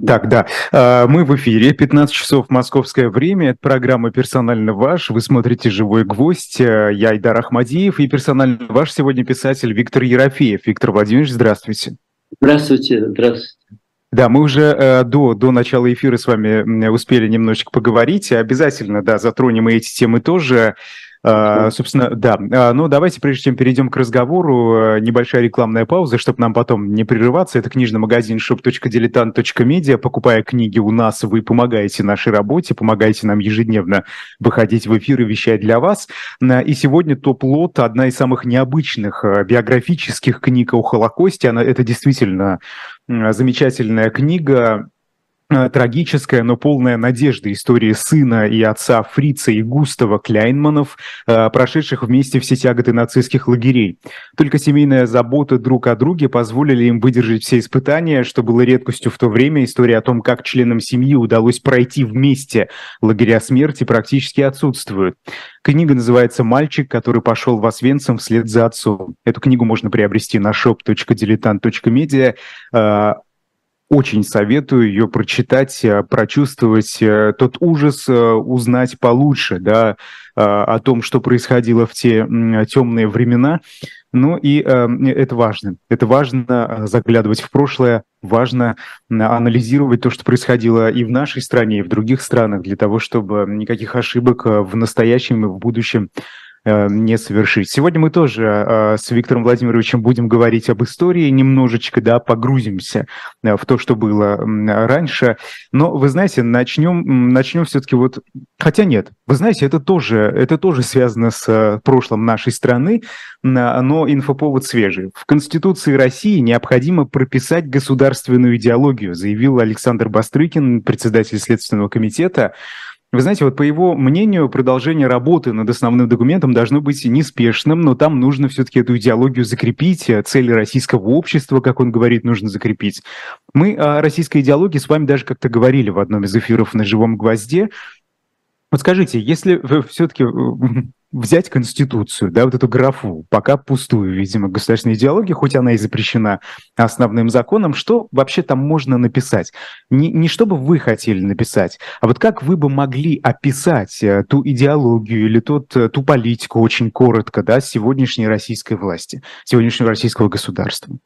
Так, да, мы в эфире, 15 часов московское время, это программа «Персонально ваш», вы смотрите «Живой гвоздь», я Айдар Ахмадиев, и персонально ваш сегодня писатель Виктор Ерофеев. Виктор Владимирович, здравствуйте. Здравствуйте, здравствуйте. Да, мы уже до начала эфира с вами успели немножечко поговорить, обязательно, да, затронем и эти темы тоже. Собственно, да. Ну, давайте, прежде чем перейдем к разговору, небольшая рекламная пауза, чтобы нам потом не прерываться. Это книжный магазин shop.diletant.media. Покупая книги у нас, вы помогаете нашей работе, помогаете нам ежедневно выходить в эфир и вещать для вас. И сегодня топ-лот — одна из самых необычных биографических книг о Холокосте. Это действительно замечательная книга, трагическая, но полная надежды истории сына и отца Фрица и Густава Кляйнманов, прошедших вместе все тяготы нацистских лагерей. Только семейная забота друг о друге позволили им выдержать все испытания, что было редкостью в то время. История о том, как членам семьи удалось пройти вместе лагеря смерти, практически отсутствует. Книга называется «Мальчик, который пошел в Освенцим вслед за отцом». Эту книгу можно приобрести на shop.diletant.media. Очень советую ее прочитать, прочувствовать тот ужас, узнать получше, да, о том, что происходило в те темные времена. Ну и это важно. Это важно заглядывать в прошлое, важно анализировать то, что происходило и в нашей стране, и в других странах, для того, чтобы никаких ошибок в настоящем и в будущем не совершить. Сегодня мы тоже с Виктором Владимировичем будем говорить об истории немножечко, да, погрузимся в то, что было раньше. Но, вы знаете, начнем все-таки вот... Хотя нет, вы знаете, это тоже связано с прошлым нашей страны, но инфоповод свежий. В Конституции России необходимо прописать государственную идеологию, заявил Александр Бастрыкин, председатель Следственного комитета. Вы знаете, вот по его мнению, продолжение работы над основным документом должно быть неспешным, но там нужно все-таки эту идеологию закрепить, цели российского общества, как он говорит, нужно закрепить. Мы о российской идеологии с вами даже как-то говорили в одном из эфиров на «Живом гвозде». Вот скажите, если все-таки взять Конституцию, да, вот эту графу, пока пустую, видимо, государственной идеологии, хоть она и запрещена основным законом, что вообще там можно написать? Не что бы вы хотели написать, а вот как вы бы могли описать ту идеологию или ту политику очень коротко, да, сегодняшней российской власти, сегодняшнего российского государства?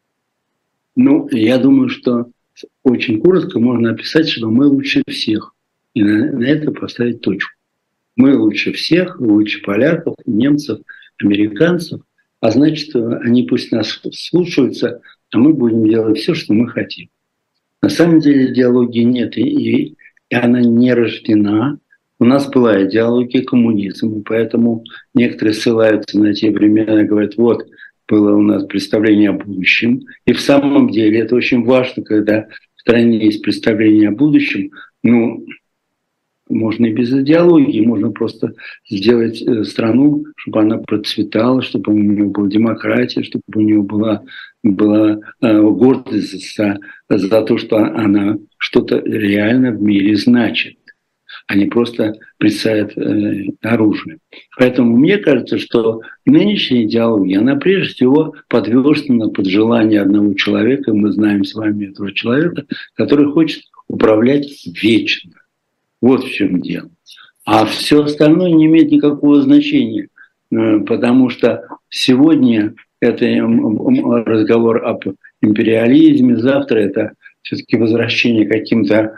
Ну, я думаю, что очень коротко можно описать, что мы лучше всех. И на это поставить точку. Мы лучше всех, лучше поляков, немцев, американцев. А значит, они пусть нас слушаются, а мы будем делать все, что мы хотим. На самом деле идеологии нет, и она не рождена. У нас была идеология коммунизма, и поэтому некоторые ссылаются на те времена и говорят, вот, было у нас представление о будущем. И в самом деле это очень важно, когда в стране есть представление о будущем. Ну, можно и без идеологии, можно просто сделать страну, чтобы она процветала, чтобы у нее была демократия, чтобы у нее была гордость за то, что она что-то реально в мире значит, а не просто представит оружие. Поэтому мне кажется, что нынешняя идеология, она прежде всего подвержена под желание одного человека, мы знаем с вами этого человека, который хочет управлять вечно. Вот в чем дело. А все остальное не имеет никакого значения, потому что сегодня это разговор об империализме, завтра это все-таки возвращение к каким-то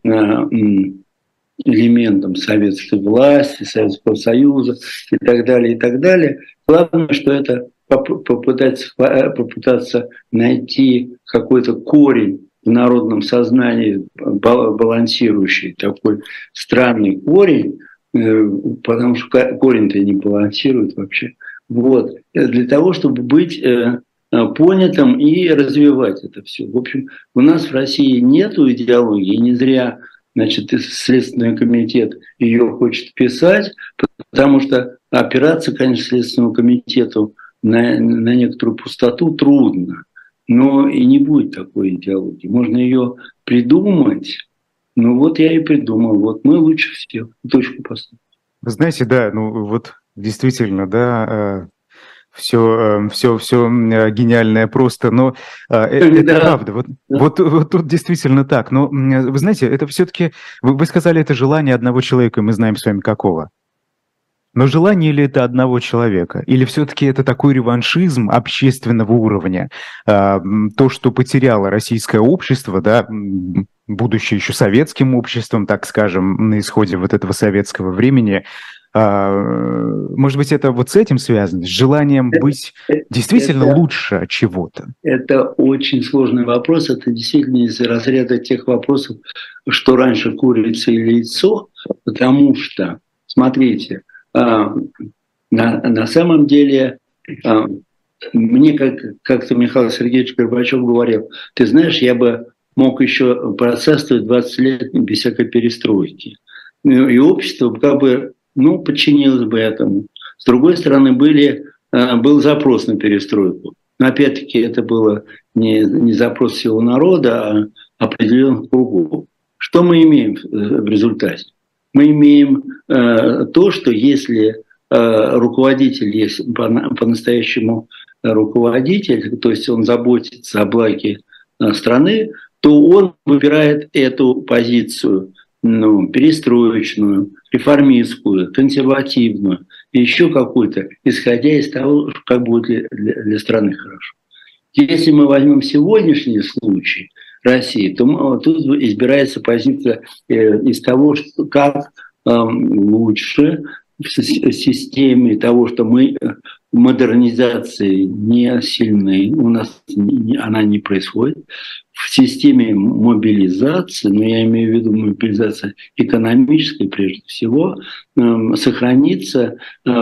элементам советской власти, Советского Союза и так далее, и так далее. Главное, что это попытаться найти какой-то корень в народном сознании, балансирующий такой странный корень, потому что корень-то не балансирует вообще. Вот. Для того, чтобы быть понятым и развивать это все. В общем, у нас в России нет идеологии, не зря, значит, Следственный комитет ее хочет писать, потому что опираться, конечно, Следственному комитету на некоторую пустоту трудно. Но и не будет такой идеологии. Можно ее придумать. Ну вот я и придумал. Вот мы лучше всех. Точку поставить. Вы знаете, да, ну вот действительно, да, все гениальное просто, но это правда. Вот тут действительно так. Но вы знаете, это все-таки, вы сказали, это желание одного человека, и мы знаем с вами какого. Но желание ли это одного человека? Или все-таки это такой реваншизм общественного уровня? То, что потеряло российское общество, да, будучи еще советским обществом, так скажем, на исходе вот этого советского времени, может быть, это вот с этим связано, с желанием быть действительно лучше чего-то? Это очень сложный вопрос. Это действительно из разряда тех вопросов, что раньше курица или яйцо, потому что, смотрите, на самом деле, мне как-то Михаил Сергеевич Горбачев говорил, ты знаешь, я бы мог еще процарствовать 20 лет без всякой перестройки. И общество как бы, подчинилось бы этому. С другой стороны, был запрос на перестройку. Но опять-таки это было не запрос всего народа, а определенных кругов. Что мы имеем в результате? Мы имеем то, что если руководитель есть по-настоящему руководитель, то есть он заботится о благе страны, то он выбирает эту позицию перестроечную, реформистскую, консервативную, и еще какую-то, исходя из того, как будет для страны хорошо. Если мы возьмем сегодняшний случай России, то тут избирается позиция из того, что как лучше в системе того, что мы модернизации не сильны, у нас она не происходит. В системе мобилизации, но я имею в виду мобилизация экономической прежде всего, сохраниться,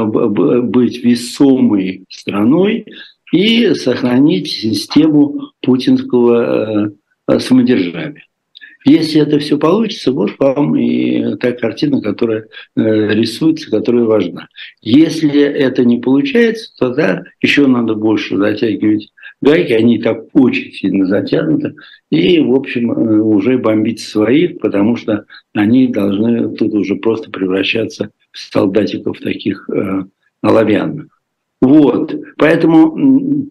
быть весомой страной и сохранить систему путинского самодержавия. Если это все получится, вот вам и та картина, которая рисуется, которая важна. Если это не получается, тогда еще надо больше затягивать гайки, они так очень сильно затянуты, и, в общем, уже бомбить своих, потому что они должны тут уже просто превращаться в солдатиков таких оловянных. Вот, поэтому,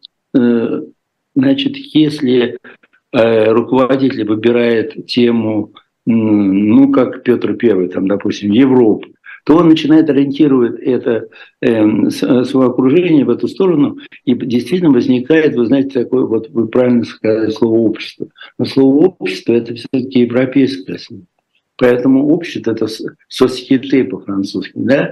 значит, если руководитель выбирает тему, как Петр I, там, допустим, Европы, то он начинает ориентировать это свое окружение в эту сторону, и действительно возникает, вы знаете, такое, вот вы правильно сказали слово «общество». Но слово «общество» — это все-таки европейское слово. Поэтому общество — это société по-французски, да?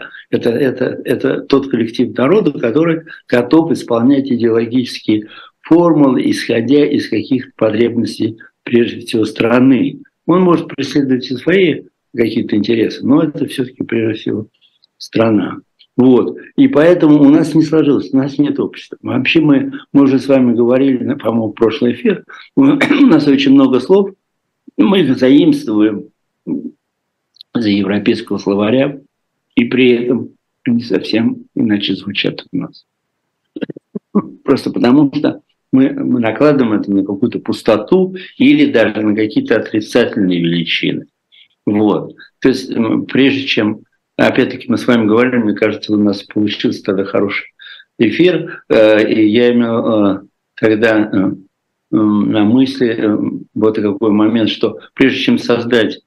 Это тот коллектив народа, который готов исполнять идеологические формулы, исходя из каких-то потребностей, прежде всего, страны. Он может преследовать и свои какие-то интересы, но это все-таки, прежде всего, страна. Вот. И поэтому у нас не сложилось, у нас нет общества. Вообще мы уже с вами говорили, по-моему, в прошлый эфир, у нас очень много слов, мы их заимствуем за европейского словаря, и при этом они совсем иначе звучат у нас. Просто потому что мы накладываем это на какую-то пустоту или даже на какие-то отрицательные величины. Вот. То есть прежде чем, опять-таки мы с вами говорили, мне кажется, у нас получился тогда хороший эфир, и я имел тогда на мысли вот такой момент, что прежде чем создать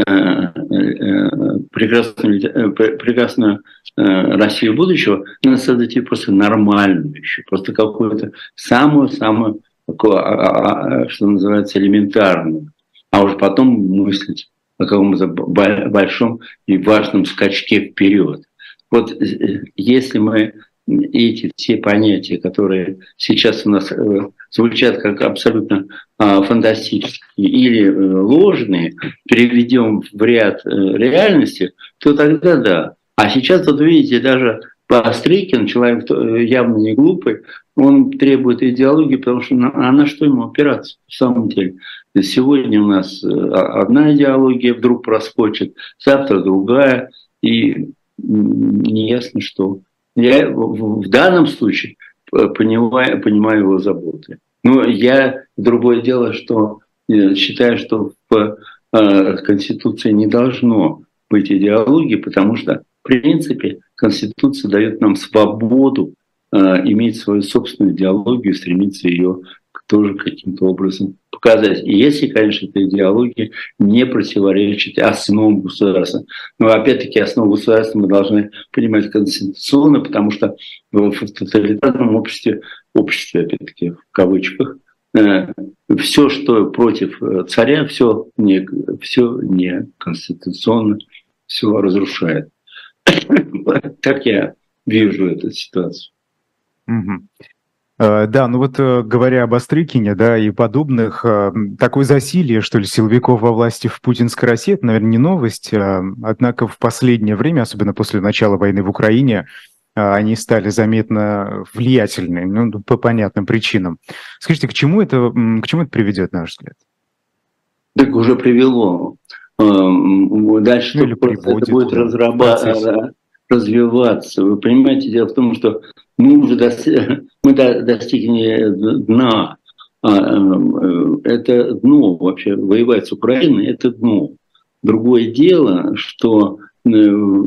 прекрасную Россию будущего, надо создать ее просто нормальную еще, просто какую-то самую-самую, что называется, элементарную, а уже потом мыслить о каком-то большом и важном скачке вперед. Вот если мы эти все понятия, которые сейчас у нас звучат как абсолютно фантастические или ложные, переведем в ряд реальности, то тогда да. А сейчас, вот видите, даже Бастрыкин, человек явно не глупый, он требует идеологии, потому что на что ему опираться в самом деле. Сегодня у нас одна идеология вдруг проскочит, завтра другая, и неясно что. Я в данном случае понимаю его заботы. Но другое дело, что считаю, что в Конституции не должно быть идеологии, потому что, в принципе, Конституция дает нам свободу иметь свою собственную идеологию, стремиться ее тоже каким-то образом показать. И если, конечно, эта идеология не противоречит основам государства. Но опять-таки основу государства мы должны понимать конституционно, потому что в тоталитарном обществе опять-таки в кавычках, все, что против царя, все не конституционно, все разрушает. Так я вижу эту ситуацию. Да, ну вот говоря об Острыкине, да, и подобных, такое засилье, что ли, силовиков во власти в путинской России, это, наверное, не новость, однако в последнее время, особенно после начала войны в Украине, они стали заметно влиятельны, ну, по понятным причинам. Скажите, к чему это приведет, на ваш взгляд? Так уже привело. Дальше Ну, это будет развиваться. Вы понимаете, дело в том, что мы достигли дна. Это дно вообще. Воевать с Украиной – это дно. Другое дело, что на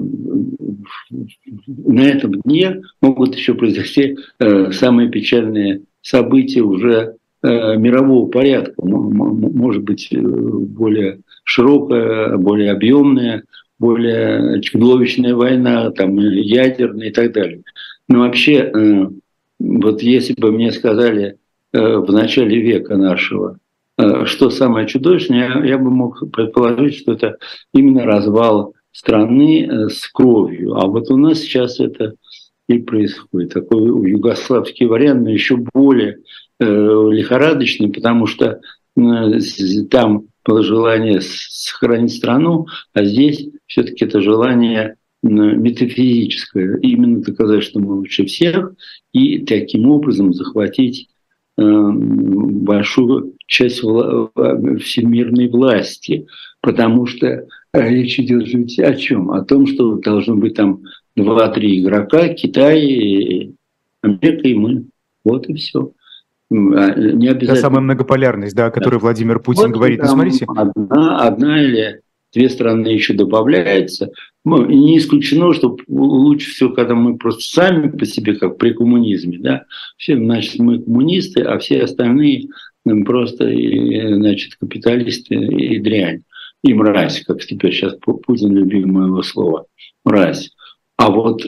этом дне могут еще произойти самые печальные события уже мирового порядка. Может быть, более широкая, более объемная, более чудовищная война, там, ядерная и так далее. Но вообще, вот если бы мне сказали в начале века нашего, что самое чудовищное, я бы мог предположить, что это именно развал страны с кровью. А вот у нас сейчас это и происходит. Такой югославский вариант, но еще более лихорадочный, потому что там было желание сохранить страну, а здесь все-таки это желание метафизическое, именно доказать, что мы лучше всех, и таким образом захватить большую часть всемирной власти, потому что речь идет о чем? О том, что должно быть там 2-3 игрока, Китай, Америка и мы. Вот и все. Не обязательно. Та самая многополярность, да, о которой Владимир Путин вот говорит. Ну, смотрите. Одна или две страны еще добавляется. Ну, и не исключено, что лучше всего, когда мы просто сами по себе, как при коммунизме, да, все, значит, мы коммунисты, а все остальные просто, значит, капиталисты и дрянь. И мразь, как теперь сейчас Путин любимое его слово. Мразь. А вот,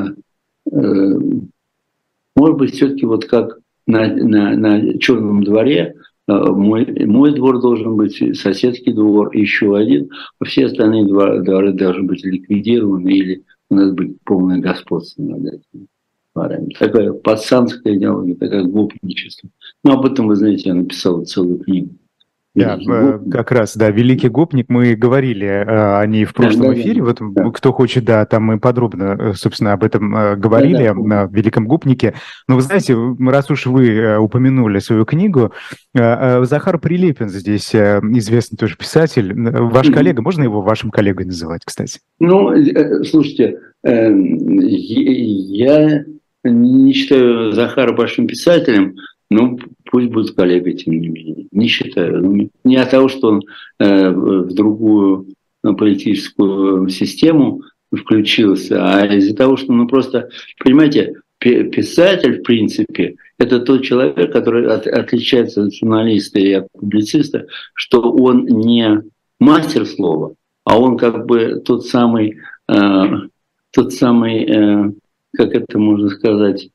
может быть, все-таки вот как на Черном дворе мой двор должен быть, соседский двор, еще один, а все остальные дворы должны быть ликвидированы или у нас быть полное господство над этими дворами. Такая пацанская идеология, такая гопничество. Ну, об этом, вы знаете, я написал целую книгу. Да, как раз, да, «Великий гопник», мы говорили о ней в прошлом эфире, вот кто хочет, да, там мы подробно, собственно, об этом говорили, о «Великом гопнике». Но вы знаете, раз уж вы упомянули свою книгу, Захар Прилепин здесь известный тоже писатель, ваш коллега, можно его вашим коллегой называть, кстати? Ну, слушайте, я не считаю Захара большим писателем, но пусть будет коллегой, тем не менее. Не считаю. Не от того, что он в другую политическую систему включился, а из-за того, что, ну, просто, понимаете, писатель, в принципе, это тот человек, который отличается от журналиста и от публициста, что он не мастер слова, а он как бы тот самый, как это можно сказать,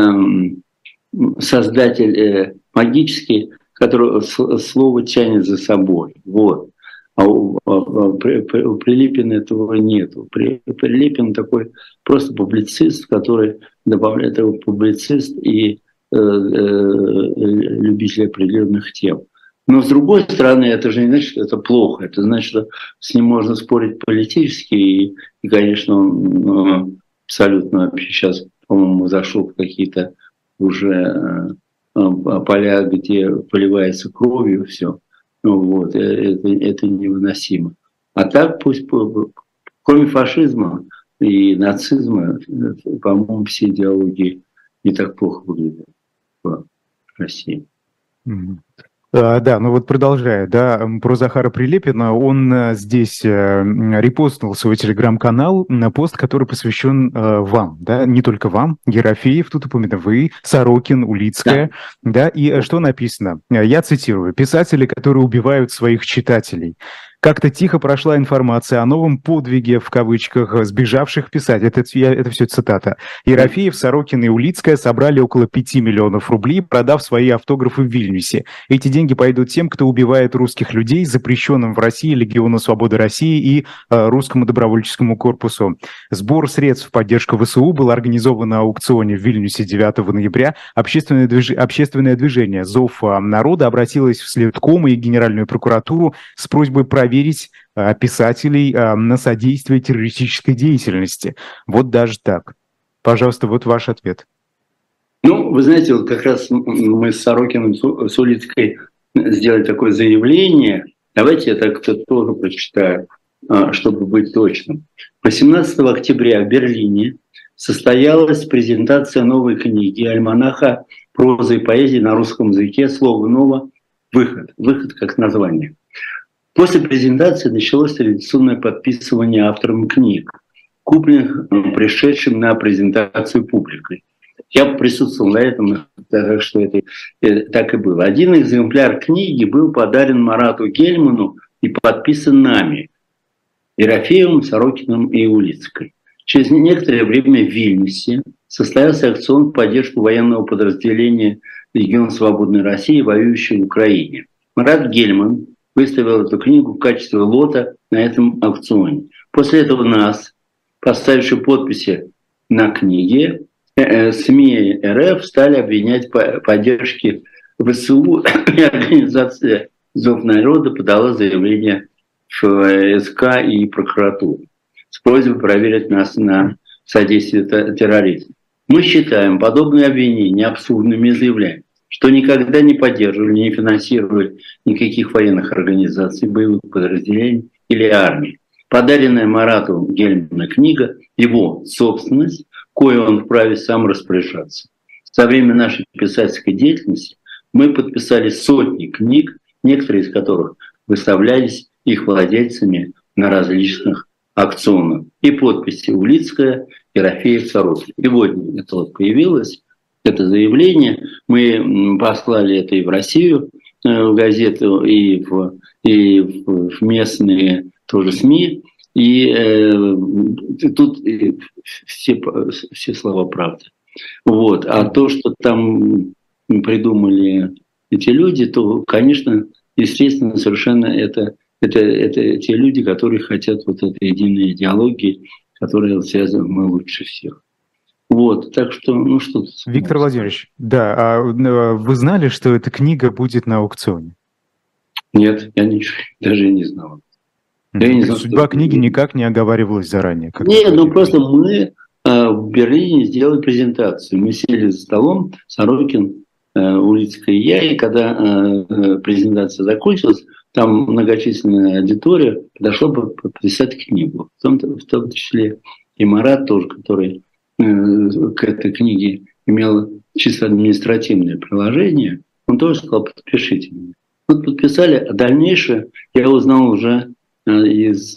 создатель магический, который слово тянет за собой. Вот. А у Прилепина этого нет. Прилепин такой просто публицист, который добавляет его публицист и любитель определенных тем. Но с другой стороны, это же не значит, что это плохо. Это значит, что с ним можно спорить политически. И конечно, он абсолютно вообще сейчас, по-моему, зашел в какие-то уже поля, где поливается кровью все. Вот, это невыносимо. А так пусть, кроме фашизма и нацизма, по-моему, все идеологии не так плохо выглядят в России. Да, ну вот продолжая, да, про Захара Прилепина, он здесь репостнул свой телеграм-канал на пост, который посвящен вам, да, не только вам, Ерофеев, тут упомянуто вы, Сорокин, Да. Улицкая, да, и что написано? Я цитирую: «Писатели, которые убивают своих читателей». Как-то тихо прошла информация о новом подвиге, в кавычках, сбежавших писателей. Это все цитата. Ерофеев, Сорокин и Улицкая собрали около 5 миллионов рублей, продав свои автографы в Вильнюсе. Эти деньги пойдут тем, кто убивает русских людей, запрещенным в России Легиону Свободы России и Русскому добровольческому корпусу. Сбор средств в поддержку ВСУ был организован на аукционе в Вильнюсе 9 ноября. Общественное движение «Зов народа» обратилось в Следком и Генеральную прокуратуру с просьбой проверить писателей на содействие террористической деятельности. Вот даже так. Пожалуйста, вот ваш ответ. Ну, вы знаете, вот как раз мы с Сорокиным, с Улицкой сделали такое заявление. Давайте я так-то тоже прочитаю, чтобы быть точным. 18 октября в Берлине состоялась презентация новой книги альманаха «Проза и поэзия на русском языке. Слово ново. Выход». Выход как название. После презентации началось традиционное подписывание автором книг, купленных пришедшим на презентацию публикой. Я присутствовал на этом, так что это так и было. Один экземпляр книги был подарен Марату Гельману и подписан нами, Ерофеевым, Сорокиным и Улицкой. Через некоторое время в Вильнюсе состоялся аукцион в поддержку военного подразделения Легион Свободной России, воюющего в Украине. Марат Гельман выставил эту книгу в качестве лота на этом аукционе. После этого нас, поставившие подписи на книге, СМИ РФ стали обвинять в поддержке ВСУ, и организация «Зов народа» подала заявление в СК и прокуратуру с просьбой проверить нас на содействие терроризму. Мы считаем подобные обвинения абсурдными и заявляем, что никогда не поддерживали, не финансировали никаких военных организаций, боевых подразделений или армии. Подаренная Марату Гельману книга – его собственность, кое он вправе сам распоряжаться. Со времени нашей писательской деятельности мы подписали сотни книг, некоторые из которых выставлялись их владельцами на различных аукционах. И подписи Улицкая, Ерофеев, Сорокин. И вот это вот появилось, это заявление. Мы послали это и в Россию, в газету, и в местные тоже СМИ. И тут все слова правды. Вот. А то, что там придумали эти люди, то, конечно, естественно, совершенно это те люди, которые хотят вот этой единой идеологии, которая связана мы лучше всех. Вот, так что, ну что тут. Виктор Владимирович, да, а вы знали, что эта книга будет на аукционе? Нет, я даже не знал. Судьба книги никак не оговаривалась заранее. Нет, ну просто мы в Берлине сделали презентацию. Мы сели за столом, Сорокин, Улицкая и я, и когда презентация закончилась, там многочисленная аудитория подошла подписать книгу. В том числе и Марат тоже, который к этой книге имел чисто административное приложение, он тоже сказал: подпишите меня. Вот подписали, а дальнейшее я узнал уже из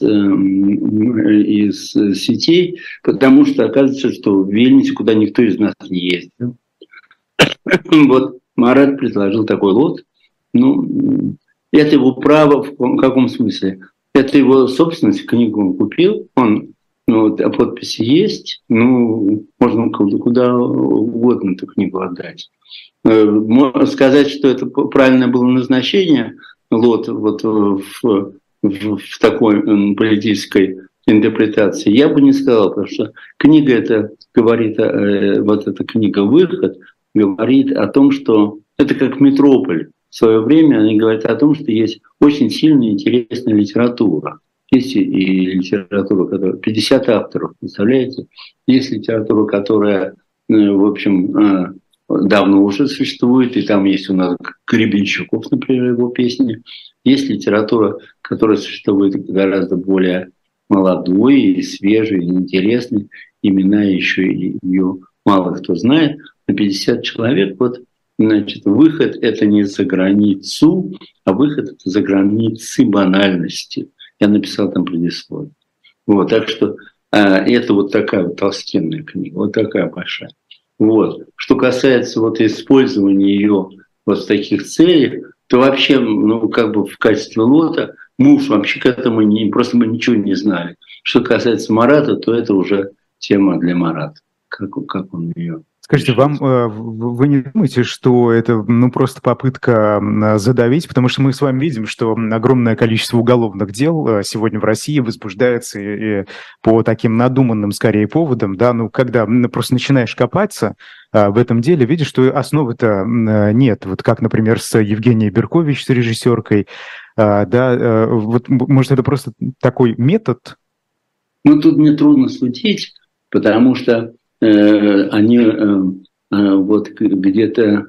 сетей, потому что оказывается, что в Вильнюсе, куда никто из нас не ездил, вот Марат предложил такой лот. Ну, это его право в каком смысле? Это его собственность, книгу он купил, а подписи есть, можно куда угодно эту книгу отдать. Можно сказать, что это правильное было назначение, лот вот в такой политической интерпретации, я бы не сказал, потому что книга эта говорит, вот эта книга «Выход» говорит о том, что это как «Метрополь». В свое время они говорят о том, что есть очень сильная и интересная литература. Есть и литература, которая 50 авторов, представляете? Есть литература, которая, в общем, давно уже существует, и там есть у нас Гребенщиков, например, его песни. Есть литература, которая существует гораздо более молодой и свежей, и интересной. Имена еще ее мало кто знает. На 50 человек вот значит, выход – это не за границу, а выход – это за границы банальности. Я написал там предисловие. Вот, так что это вот такая вот толстенная книга, вот такая большая. Вот. Что касается вот использования ее вот в таких целях, то вообще, ну, как бы в качестве лота мы уж вообще к этому просто мы ничего не знали. Что касается Марата, то это уже тема для Марата, как он ее. Скажите, вы не думаете, что это просто попытка задавить? Потому что мы с вами видим, что огромное количество уголовных дел сегодня в России возбуждается и по таким надуманным, скорее, поводам. Да? Ну, когда просто начинаешь копаться в этом деле, видишь, что основы-то нет. Вот как, например, с Евгенией Беркович, с режиссеркой. Да, вот, может, это просто такой метод? Ну, тут мне трудно судить, потому что они вот где-то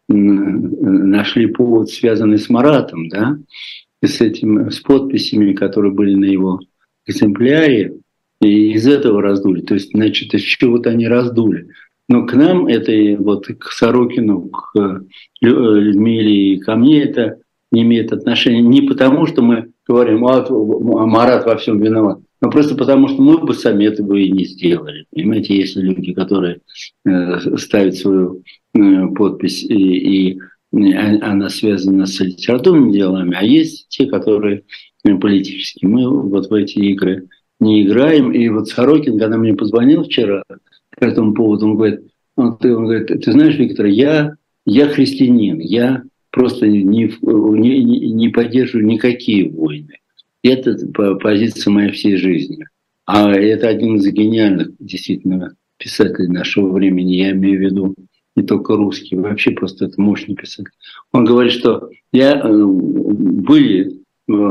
нашли повод, связанный с Маратом, да, и с подписями, которые были на его экземпляре, и из этого раздули. То есть, значит, из чего-то они раздули. Но к нам это, вот к Сорокину, к Людмиле и ко мне это не имеет отношения. Не потому, что мы говорим, Марат во всем виноват, но просто потому, что мы бы сами этого и не сделали. Понимаете, есть люди, которые ставят свою подпись, и она связана с литературными делами, а есть те, которые политические. Мы вот в эти игры не играем. И вот Сорокин, когда мне позвонил вчера по этому поводу, он говорит, ты знаешь, Виктор, я христианин, я просто не поддерживаю никакие войны. Это позиция моей всей жизни. А это один из гениальных, действительно, писателей нашего времени. Я имею в виду не только русский, вообще просто это мощный писатель. Он говорит, что были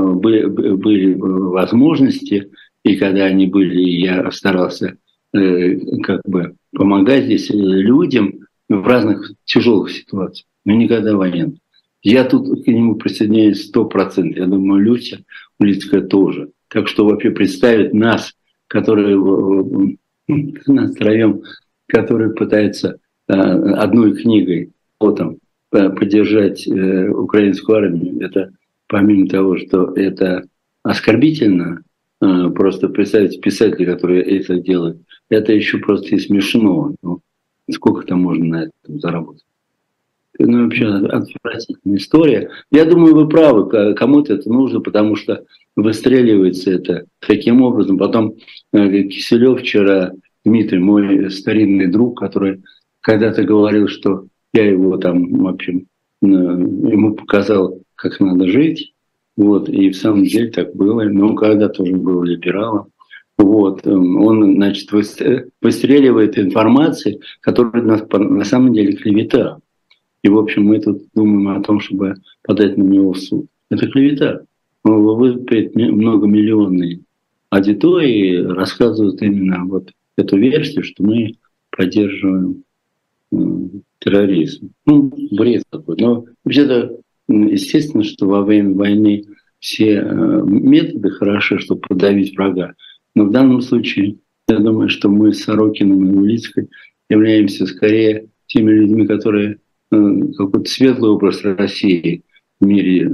возможности, и когда они были, я старался как бы помогать здесь людям в разных тяжелых ситуациях, но никогда военных. Я тут к нему присоединяюсь 100%. Я думаю, Люся Улицкая тоже. Так что вообще представить нас, которые нас втроем, которые пытаются одной книгой потом поддержать украинскую армию, это помимо того, что это оскорбительно, просто представить писателей, которые это делают, это еще просто и смешно. Ну, сколько там можно на этом заработать? Ну, вообще отвратительная история. Я думаю, вы правы, кому-то это нужно, потому что выстреливается это таким образом. Потом Киселев вчера, Дмитрий, мой старинный друг, который когда-то говорил, что я его там, в общем, ему показал, как надо жить. Вот, и в самом деле так было. Но он когда-то уже был либералом. Вот, он, значит, выстреливает информацией, которая на самом деле клевета. И, в общем, мы тут думаем о том, чтобы подать на него в суд. Это клевета. Он выпьет многомиллионные аудитории, рассказывают именно вот эту версию, что мы поддерживаем терроризм. Ну, бред такой. Но вообще-то, естественно, что во время войны все методы хороши, чтобы подавить врага. Но в данном случае, я думаю, что мы с Сорокиным и Улицкой являемся скорее теми людьми, которые какой-то светлый образ России в мире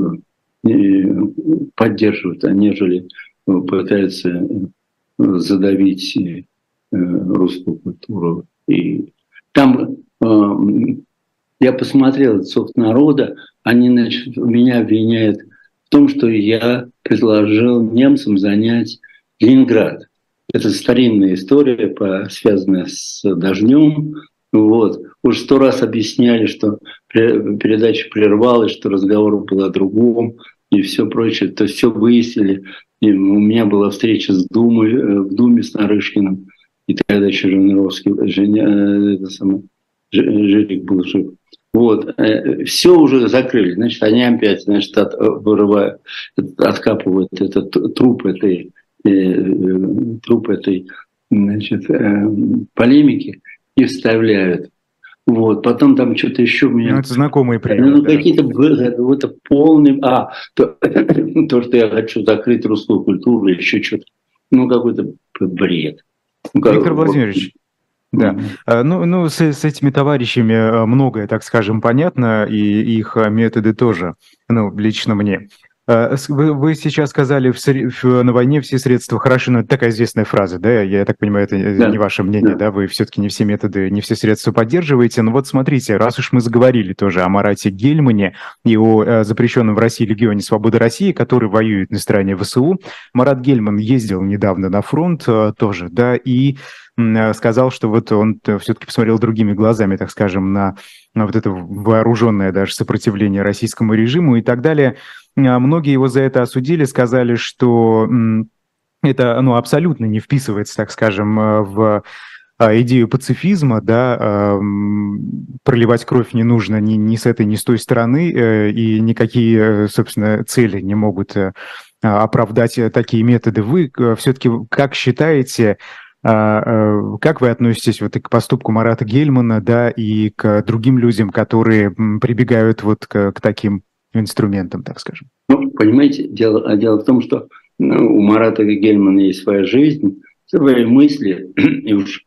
поддерживают, нежели пытаются задавить русскую культуру. И там я посмотрел «Зов народа», они, значит, меня обвиняют в том, что я предложил немцам занять Ленинград. Это старинная история, связанная с дождем. Вот. Уже 100 раз объясняли, что передача прервалась, что разговор был о другом и все прочее. То есть все выяснили. И у меня была встреча в Думе с Нарышкиным, и тогда еще Жириновский, Жирик был жив. Вот. Все уже закрыли. Значит, они опять, значит, откапывают этот труп этой значит, полемики и вставляют. Вот. Потом там что-то еще у меня... Ну, это знакомые примеры. Ну, какие-то... Это полный... то, что я хочу закрыть русскую культуру или еще что-то. Ну, какой-то бред. Виктор Владимирович, Да. Ну, с этими товарищами многое, так скажем, понятно, и их методы тоже, ну, лично мне. Вы сейчас сказали, на войне все средства хороши, но это такая известная фраза, да? Я так понимаю, это не Да, ваше мнение, да. да? Вы все-таки не все методы, не все средства поддерживаете. Но вот смотрите, раз уж мы заговорили тоже о Марате Гельмане и о запрещенном в России Легионе Свободы России, который воюет на стороне ВСУ, Марат Гельман ездил недавно на фронт тоже, да, и сказал, что вот он все-таки посмотрел другими глазами, так скажем, на вот это вооруженное даже сопротивление российскому режиму и так далее. Многие его за это осудили, сказали, что это, ну, абсолютно не вписывается, так скажем, в идею пацифизма, да, проливать кровь не нужно ни с этой, ни с той стороны, и никакие, собственно, цели не могут оправдать такие методы. Вы все-таки как считаете, как вы относитесь вот и к поступку Марата Гельмана, да, и к другим людям, которые прибегают вот к таким инструментам, так скажем? Ну, понимаете, дело в том, что у Марата Гельмана есть своя жизнь, свои мысли, и уж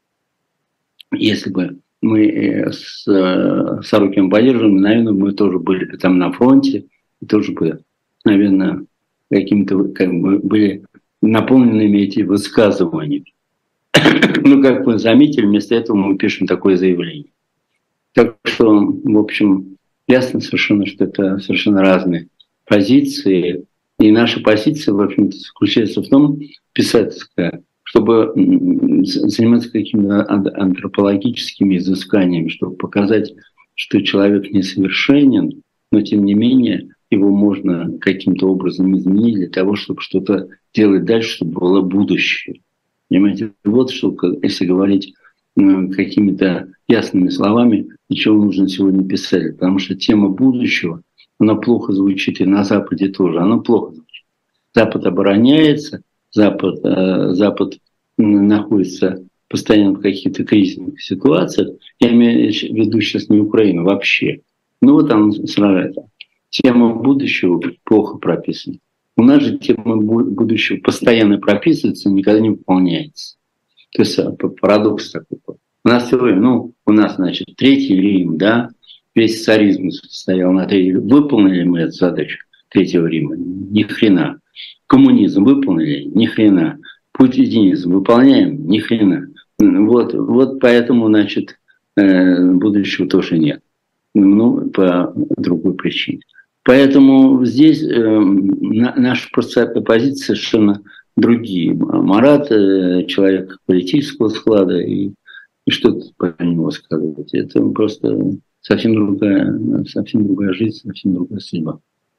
если бы мы с Сорокиным поддерживаем, наверное, мы тоже были бы там на фронте, и тоже бы, наверное, какими-то как бы были наполненными эти высказывания. Ну, как вы заметили, вместо этого мы пишем такое заявление. Так что, в общем, ясно совершенно, что это совершенно разные позиции. И наша позиция, в общем-то, заключается в том, писательская, чтобы заниматься какими-то антропологическими изысканиями, чтобы показать, что человек несовершенен, но тем не менее его можно каким-то образом изменить для того, чтобы что-то делать дальше, чтобы было будущее. Понимаете, вот что, если говорить какими-то ясными словами, для чего нужно сегодня писать. Потому что тема будущего, она плохо звучит и на Западе тоже, она плохо звучит. Запад обороняется, Запад находится постоянно в каких-то кризисных ситуациях. Я имею в виду сейчас не Украину вообще. Ну вот там сражается. Тема будущего плохо прописана. У нас же тема будущего постоянно прописывается, никогда не выполняется. То есть парадокс такой. У нас все время, у нас, значит, Третий Рим, да, весь царизм стоял на Третьем Риме. Выполнили мы эту задачу Третьего Рима? Ни хрена. Коммунизм выполнили? Ни хрена. Путинизм выполняем? Ни хрена. Вот поэтому, значит, будущего тоже нет. Ну, по другой причине. Поэтому здесь наша позиция совершенно другие. Марат человек политического склада, и что тут про него сказать? Это просто совсем другая жизнь, совсем другая судьба.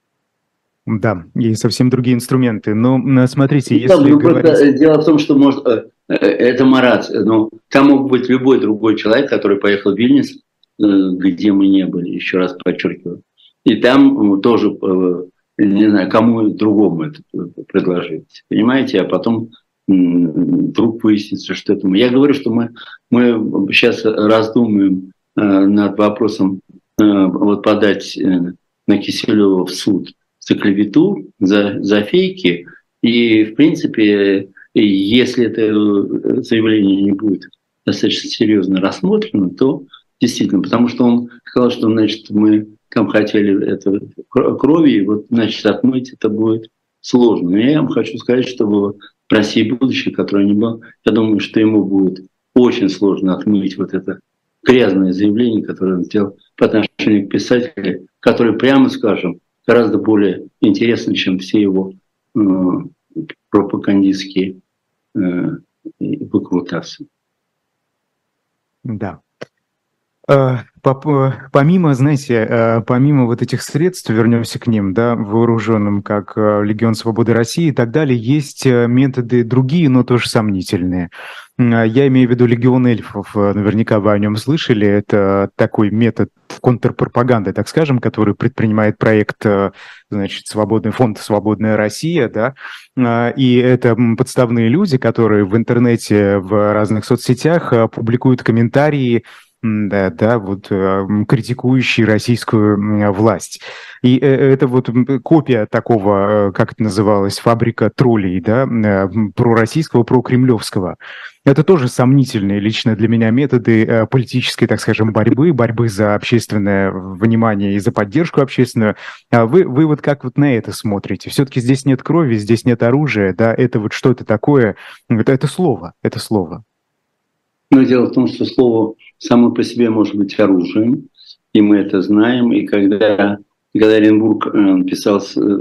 Да, и совсем другие инструменты. Но смотрите, если говорить... Дело в том, что может, это Марат, но там мог быть любой другой человек, который поехал в Вильнюс, где мы не были, еще раз подчеркиваю. И там тоже, не знаю, кому другому это предложить. Понимаете? А потом вдруг выяснится, что это мы. Я говорю, что мы сейчас раздумываем над вопросом вот подать на Киселева в суд за клевету, за фейки. И, в принципе, если это заявление не будет достаточно серьезно рассмотрено, то действительно, потому что он сказал, что, значит, мы там хотели это крови, и вот, значит, отмыть это будет сложно. Но я вам хочу сказать, что в России будущее, которое не было, я думаю, что ему будет очень сложно отмыть вот это грязное заявление, которое он сделал по отношению к писателю, который, прямо скажем, гораздо более интересный, чем все его пропагандистские выкрутасы. Да. Помимо, знаете, помимо вот этих средств, вернемся к ним, да, вооруженным, как Легион Свободы России и так далее, есть методы другие, но тоже сомнительные. Я имею в виду Легион эльфов, наверняка вы о нем слышали, это такой метод контрпропаганды, так скажем, который предпринимает проект, значит, Свободный фонд «Свободная Россия», да, и это подставные люди, которые в интернете, в разных соцсетях публикуют комментарии Да, вот критикующий российскую власть. И это вот копия такого, как это называлось, фабрика троллей, да, пророссийского, прокремлевского. Это тоже сомнительные лично для меня методы политической, так скажем, борьбы за общественное внимание и за поддержку общественную. А вы вот как вот на это смотрите? Все-таки здесь нет крови, здесь нет оружия, да, это вот что-то такое, это слово, это слово. Но дело в том, что слово само по себе может быть оружием, и мы это знаем. И когда Оренбург писал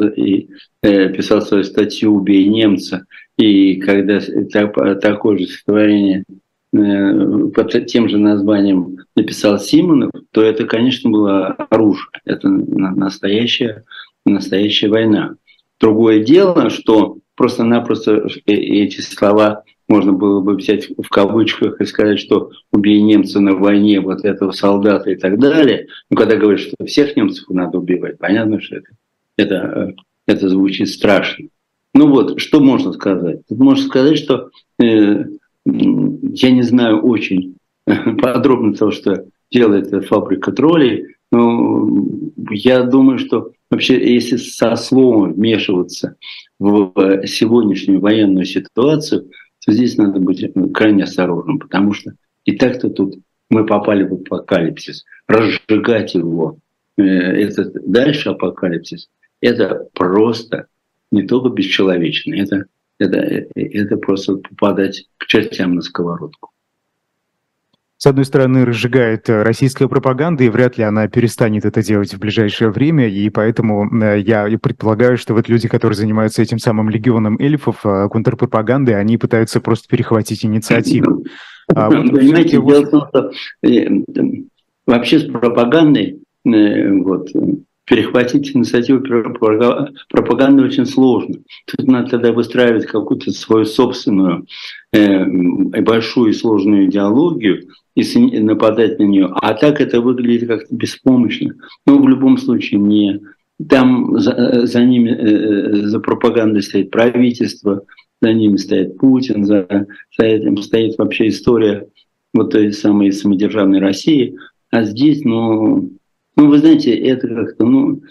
свою статью «Убей немца», и когда такое же стихотворение под тем же названием написал Симонов, то это, конечно, было оружие. Это настоящая война. Другое дело, что просто-напросто эти слова можно было бы взять в кавычках и сказать, что убей немца на войне, вот этого солдата и так далее. Но когда говорят, что всех немцев надо убивать, понятно, что это звучит страшно. Ну вот, что можно сказать? Можно сказать, что я не знаю очень подробно того, что делает эта фабрика троллей, но я думаю, что вообще, если со словом вмешиваться в сегодняшнюю военную ситуацию, то здесь надо быть крайне осторожным, потому что и так-то тут мы попали в апокалипсис. Разжигать его, этот дальше апокалипсис, это просто не только бесчеловечно, это просто попадать к чертям на сковородку. С одной стороны, разжигает российская пропаганда, и вряд ли она перестанет это делать в ближайшее время, и поэтому я предполагаю, что вот люди, которые занимаются этим самым легионом эльфов, контрпропагандой, они пытаются просто перехватить инициативу. Понимаете, дело в том, что вообще с пропагандой перехватить инициативу пропаганды очень сложно. Тут надо тогда выстраивать какую-то свою собственную большую и сложную идеологию и нападать на нее. А так это выглядит как-то беспомощно. Но в любом случае не. Там за ними, за пропагандой стоит правительство, за ними стоит Путин, за этим стоит вообще история вот той самой самодержавной России. А здесь, вы знаете, это как-то,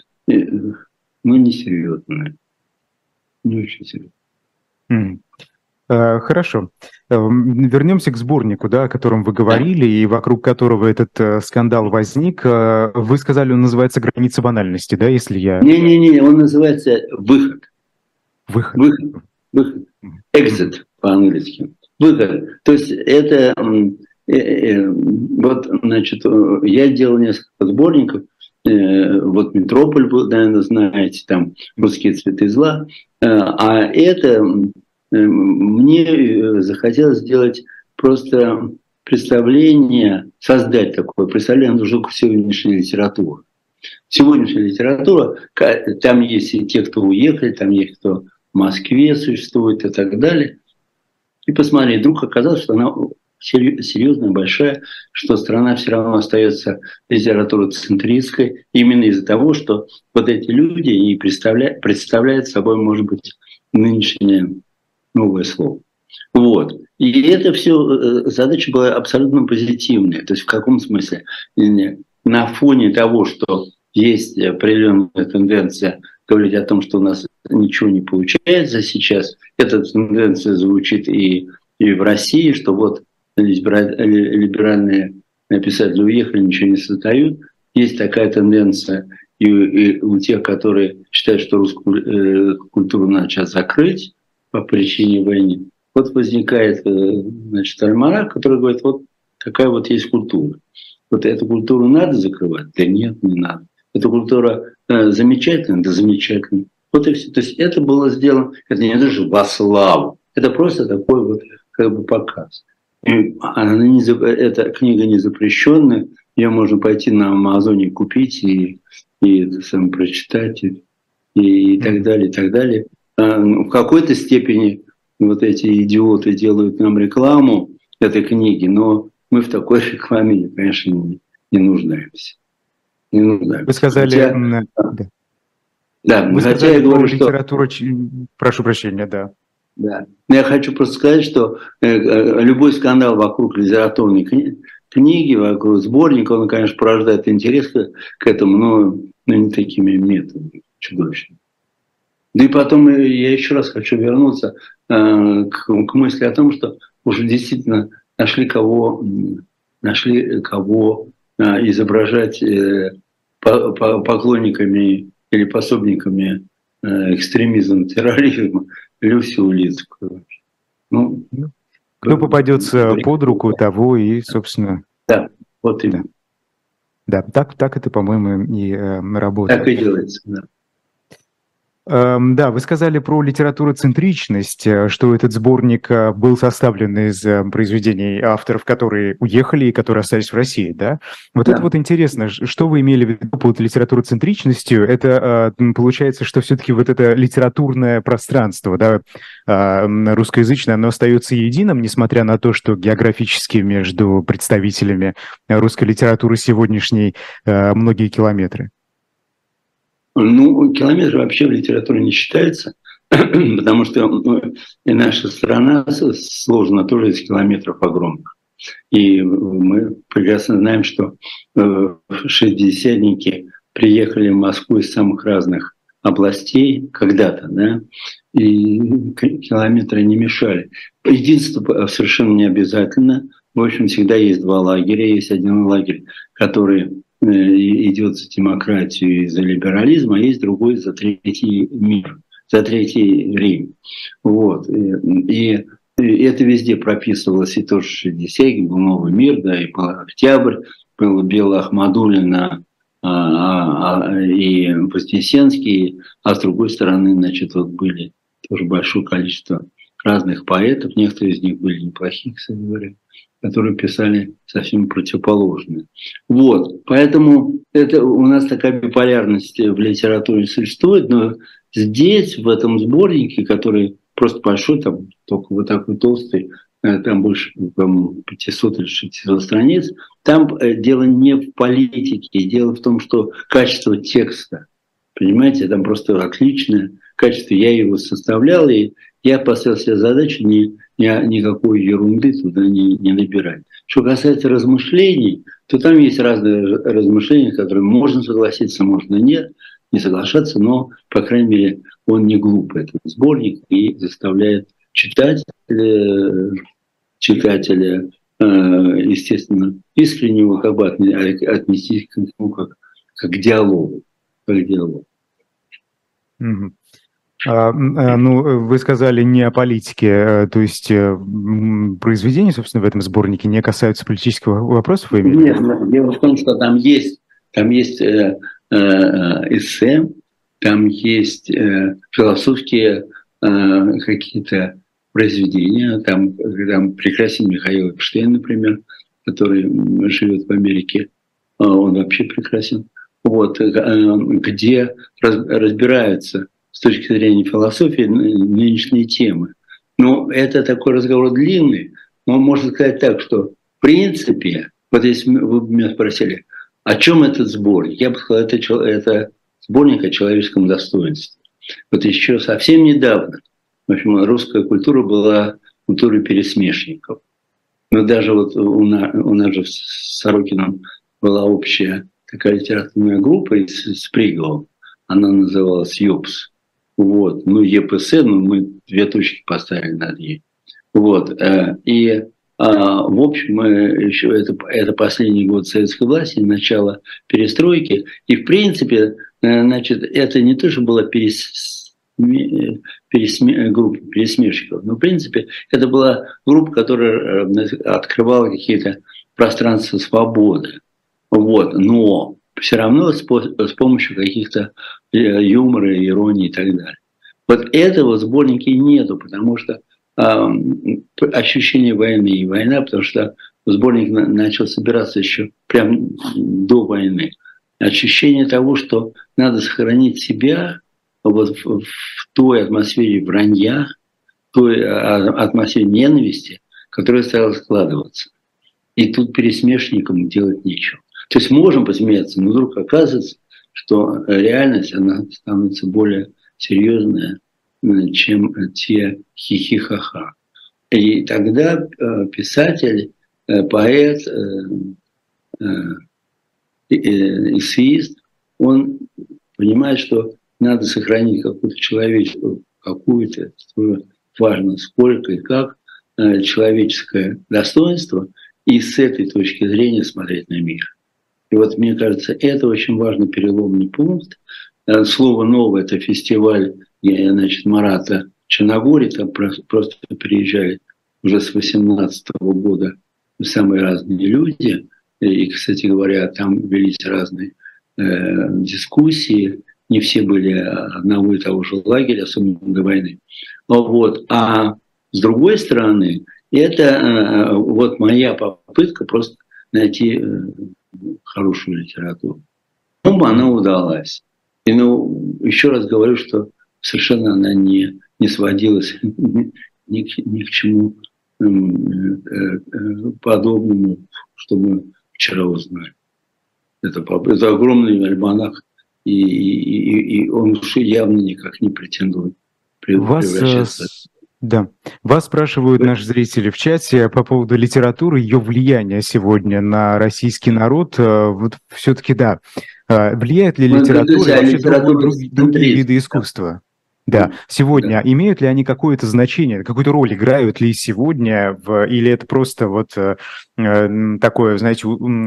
несерьезно. Не очень серьезно. Хорошо. Вернемся к сборнику, да, о котором вы говорили, и вокруг которого этот скандал возник. Вы сказали, он называется «Граница банальности», да, если я... Не, он называется «Выход». Выход. Exit по-английски. Выход. То есть это... Вот, значит, я делал несколько сборников. Вот «Метрополь», вы, наверное, знаете, там «Русские цветы зла». А это... Мне захотелось сделать просто представление, создать такое представление на сегодняшней литературы. Сегодняшняя литература, там есть и те, кто уехали, там есть кто в Москве существует и так далее. И посмотреть, вдруг оказалось, что она серьезная, большая, что страна все равно остается литературоцентристской именно из-за того, что вот эти люди и представляют собой, может быть, нынешнее новое слово. Вот. И это все задача была абсолютно позитивная. То есть в каком смысле? На фоне того, что есть определенная тенденция говорить о том, что у нас ничего не получается сейчас, эта тенденция звучит и в России, что вот либеральные писатели уехали, ничего не создают. Есть такая тенденция и у тех, которые считают, что русскую культуру надо сейчас закрыть по причине войны. Вот возникает, значит, альманах, который говорит, вот такая вот есть культура. Вот эту культуру надо закрывать? Да нет, не надо. Эта культура замечательная? Да замечательная. Вот и все. То есть это было сделано, это не даже во славу. Это просто такой вот как бы показ. Эта книга не запрещенная, ее можно пойти на Амазоне купить и это сам прочитать и так далее, и так далее. В какой-то степени вот эти идиоты делают нам рекламу этой книги, но мы в такой рекламе, конечно, не нуждаемся. Вы сказали... Да, вы сказали, я говорю, что... литература... Прошу прощения, да. Да. Но я хочу просто сказать, что любой скандал вокруг литературной книги, вокруг сборника, он, конечно, порождает интерес к этому, но не такими методами чудовищными. Да и потом я еще раз хочу вернуться к мысли о том, что уже действительно нашли кого изображать поклонниками или пособниками экстремизма, терроризма, Люсю Улицкую. Ну, кто попадется под руку, того и, собственно... Да, вот именно. Да, так это, по-моему, и работает. Так и делается, да. Да, вы сказали про литературоцентричность, что этот сборник был составлен из произведений авторов, которые уехали и которые остались в России, да? Вот Да. это вот интересно, что вы имели в виду под литературоцентричностью? Это получается, что все-таки вот это литературное пространство, да, русскоязычное, оно остается единым, несмотря на то, что географически между представителями русской литературы сегодняшней многие километры. Ну, километр вообще в литературе не считается, потому что и наша страна сложена тоже из километров огромных. И мы прекрасно знаем, что шестидесятники приехали в Москву из самых разных областей когда-то, да, и километры не мешали. Единство совершенно не обязательно. В общем, всегда есть два лагеря. Есть один лагерь, который идет за демократию и за либерализм, а есть другой за третий мир, за третий Рим. Вот. И это везде прописывалось, и тоже 60 был Новый мир, да, и был Октябрь, был Белла Ахмадуллина и Вознесенский, а с другой стороны, значит, вот были тоже большое количество разных поэтов, некоторые из них были неплохие, кстати говоря, которые писали совсем противоположное. Вот, поэтому это у нас такая биполярность в литературе существует, но здесь, в этом сборнике, который просто большой, там только вот такой толстый, там больше 500 или 600 страниц, там дело не в политике, дело в том, что качество текста, понимаете, там просто отличное качество. Я его составлял, и я поставил себе задачу никакой ерунды туда не набирать. Что касается размышлений, то там есть разные размышления, с которыми можно согласиться, можно нет, не соглашаться, но, по крайней мере, он не глупый, этот сборник, и заставляет читателя, естественно, искреннего как бы отнестись к нему как к диалогу. Как диалог. Ну, вы сказали не о политике, то есть произведения, собственно, в этом сборнике не касаются политических вопросов? Нет, дело в том, что там есть эссе, там есть философские какие-то произведения, там прекрасен Михаил Эпштейн, например, который живет в Америке, он вообще прекрасен, вот, где разбираются с точки зрения философии нынешние темы. Но это такой разговор длинный, но можно сказать так, что в принципе, вот если вы бы меня спросили, о чем этот сборник, я бы сказал, это сборник о человеческом достоинстве. Вот еще совсем недавно, в общем, русская культура была культурой пересмешников. Но даже вот у нас же с Сорокиным была общая такая литературная группа с Приговым, она называлась ЮПС. Вот. Ну, ЕПС, но мы 2 точки поставили над Е. Вот. И, в общем, еще это последний год советской власти, начало перестройки. И, в принципе, значит, это не то, что была группа пересмешников, но, в принципе, это была группа, которая открывала какие-то пространства свободы. Вот. Но все равно с помощью каких-то юмора, иронии и так далее. Вот этого в сборнике нету, потому что ощущение войны и война, потому что сборник начал собираться еще прямо до войны. Ощущение того, что надо сохранить себя вот в той атмосфере вранья, той атмосфере ненависти, которая стала складываться. И тут пересмешникам делать нечего. То есть можем посмеяться, но вдруг оказывается, что реальность, она становится более серьезная, чем те хихи-ха-ха. И тогда писатель поэт, эссеист, он понимает, что надо сохранить какую-то человеческую, какую-то, важно сколько и как, человеческое достоинство, и с этой точки зрения смотреть на мир. И вот мне кажется, это очень важный переломный пункт. Слово «новое» – это фестиваль, значит, Марата Черногории, там просто приезжали уже с 2018 года самые разные люди. И, кстати говоря, там велись разные дискуссии. Не все были одного и того же лагеря, особенно до войны. Вот. А с другой стороны, это вот моя попытка просто найти хорошую литературу. Ну, она удалась. И еще раз говорю, что совершенно она не сводилась ни к чему подобному, что мы вчера узнали. Это огромный альманах, и он явно никак не претендует превращаться. Да. Вас спрашивают наши зрители в чате по поводу литературы, ее влияния сегодня на российский народ. Вот все-таки да. Влияет ли литература и вообще другие виды искусства? Да. Сегодня имеют ли они какое-то значение, какую-то роль играют ли сегодня, или это просто вот такое, знаете,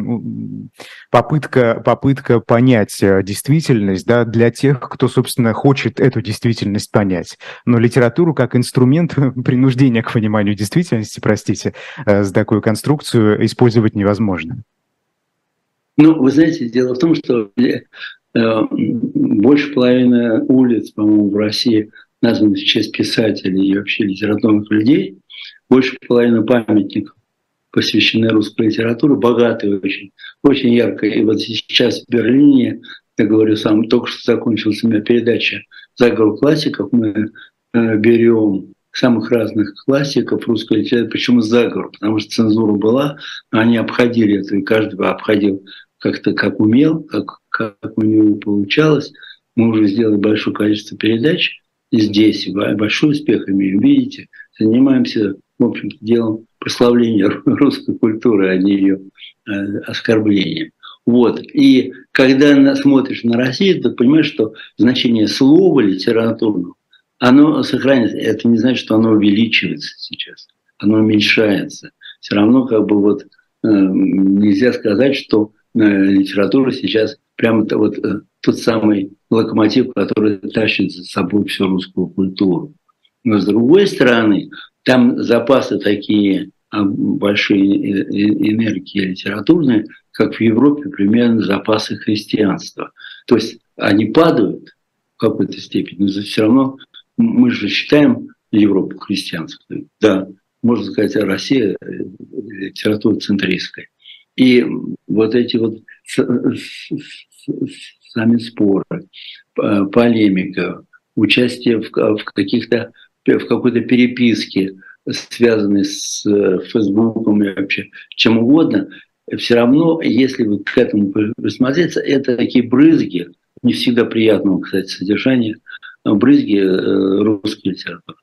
попытка понять действительность, да, для тех, кто, собственно, хочет эту действительность понять. Но литературу как инструмент принуждения к пониманию действительности, простите, с такой конструкцию использовать невозможно. Ну, вы знаете, дело в том, что больше половины улиц, по-моему, в России названы в честь писателей и вообще литературных людей. Больше половины памятников посвящены русской литературе, богатой очень, очень яркой. И вот сейчас в Берлине, я говорю, только что закончилась у меня передача «Заговор классиков». Мы берем самых разных классиков русской литературы. Почему заговор? Потому что цензура была, они обходили это, и каждый обходил как-то как умел, как у него получалось. Мы уже сделали большое количество передач здесь, большой успех имеем. Видите, занимаемся, в общем-то, делом прославления русской культуры, а не ее оскорблением. Вот. И когда смотришь на Россию, ты понимаешь, что значение слова литературного, оно сохраняется. Это не значит, что оно увеличивается сейчас. Оно уменьшается. Все равно как бы вот нельзя сказать, что литература сейчас прямо вот тот самый локомотив, который тащит за собой всю русскую культуру. Но с другой стороны, там запасы такие большие энергии литературные, как в Европе примерно запасы христианства. То есть они падают в какой-то степени, но все равно мы же считаем Европу христианской. Да, можно сказать, Россия литература центристская. И вот эти вот сами споры, полемика, участие в каких-то, в какой-то переписке, связанной с Фейсбуком и вообще чем угодно, все равно, если вот к этому присмотреться, это такие брызги, не всегда приятного, кстати, содержания, брызги русской литературы.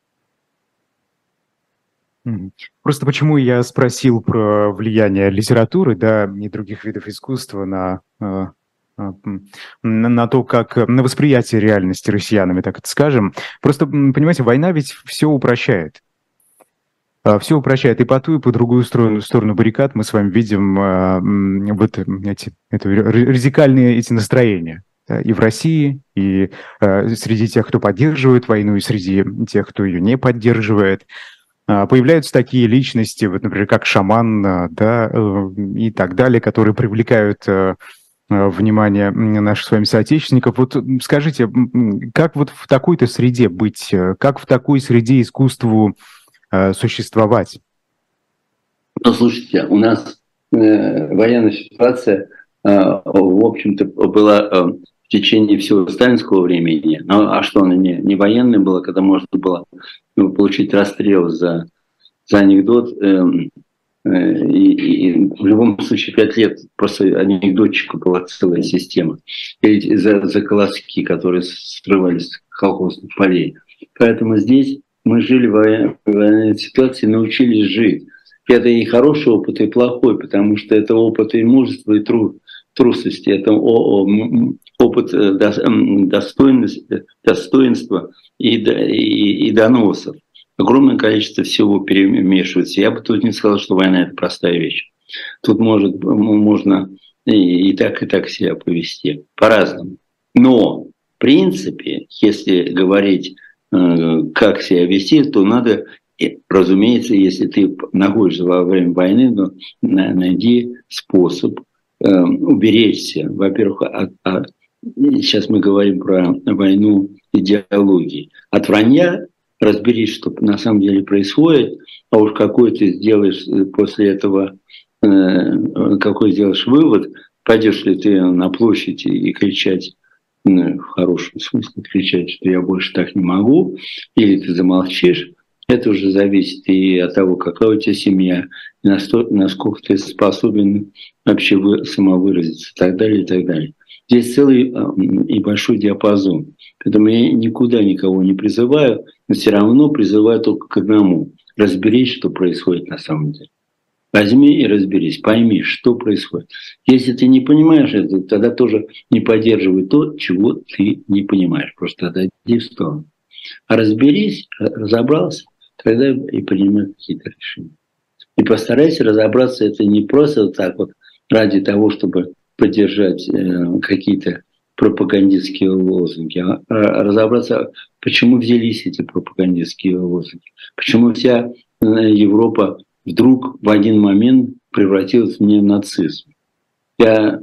Просто почему я спросил про влияние литературы, да, и других видов искусства на то, как на восприятие реальности россиянами, так это скажем. Просто, понимаете, война ведь все упрощает. Все упрощает и по ту, и по другую сторону баррикад мы с вами видим вот эти радикальные эти настроения. И в России, и среди тех, кто поддерживает войну, и среди тех, кто ее не поддерживает. Появляются такие личности, вот, например, как шаман, да, и так далее, которые привлекают внимание наших с вами соотечественников. Вот скажите, как вот в такой-то среде быть, как в такой среде искусству существовать? Ну, слушайте, у нас военная ситуация, в общем-то, была в течение всего сталинского времени. Ну, а что, она не военная была, когда можно было получить расстрел за анекдот? И в любом случае 5 лет просто анекдотчику была целая система. Или за колоски, которые срывались с колхозных полей. Поэтому здесь мы жили в военной ситуации, научились жить. Это и хороший опыт, и плохой, потому что это опыт и мужества, и трусости, это опыт достоинства и доносов. Огромное количество всего перемешивается. Я бы тут не сказал, что война – это простая вещь. Тут можно и так себя повести по-разному. Но, в принципе, если говорить, как себя вести, то надо, разумеется, если ты находишься во время войны, то найди способ уберечься. Во-первых, сейчас мы говорим про войну идеологии. От вранья разберись, что на самом деле происходит, а уж какой ты сделаешь после этого, какой сделаешь вывод, пойдешь ли ты на площадь и кричать, в хорошем смысле кричать, что я больше так не могу, или ты замолчишь, это уже зависит и от того, какая у тебя семья, насколько ты способен вообще самовыразиться и так далее, и так далее. Здесь целый и большой диапазон. Поэтому я никуда никого не призываю, но все равно призываю только к одному. Разберись, что происходит на самом деле. Возьми и разберись, пойми, что происходит. Если ты не понимаешь это, тогда тоже не поддерживай то, чего ты не понимаешь. Просто отойди в сторону. А разберись, разобрался, тогда и принимай какие-то решения. И постарайся разобраться, это не просто вот так вот ради того, чтобы поддержать какие-то пропагандистские лозунги, а разобраться, почему взялись эти пропагандистские лозунги, почему вся Европа вдруг в один момент превратилась в неонацизм. Я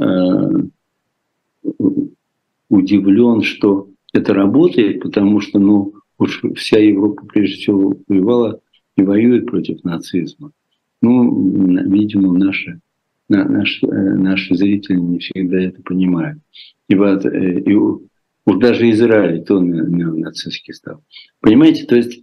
удивлен, что это работает, потому что уж вся Европа прежде всего воевала и воюет против нацизма. Видимо, наши зрители не всегда это понимают. И уж даже Израиль то нацистский стал. Понимаете, то есть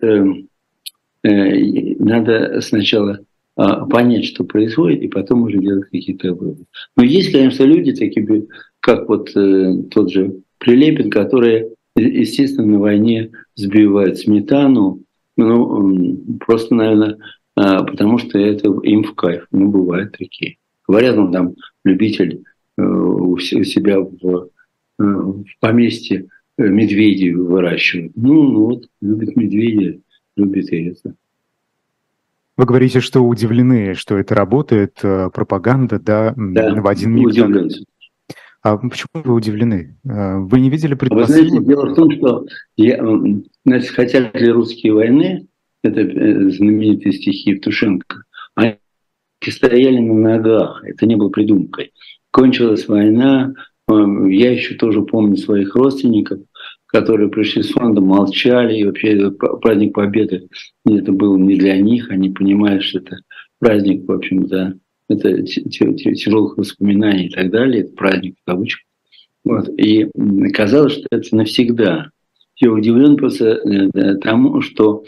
надо сначала понять, что происходит, и потом уже делать какие-то выводы. Но есть, конечно, люди, такие, как вот тот же Прилепин, которые, естественно, на войне сбивают сметану, просто, наверное, потому что это им в кайф. Бывают такие. Говорят, он там любитель у себя в поместье медведей выращивает. Вот, любит медведя, любит и это. Вы говорите, что удивлены, что это работает, пропаганда, да, в один миг. Удивлены. А почему вы удивлены? Вы не видели предпосылок? Вы знаете, дело в том, что хотят ли русские войны, это знаменитые стихи Евтушенко, они стояли на ногах, это не было придумкой. Кончилась война, я еще тоже помню своих родственников, которые пришли с фронта, молчали, и вообще праздник Победы, это был не для них, они понимали, что это праздник, в общем-то, это тяжелых воспоминаний и так далее, это праздник в кавычках. Вот. И казалось, что это навсегда. Я удивлен просто тому, что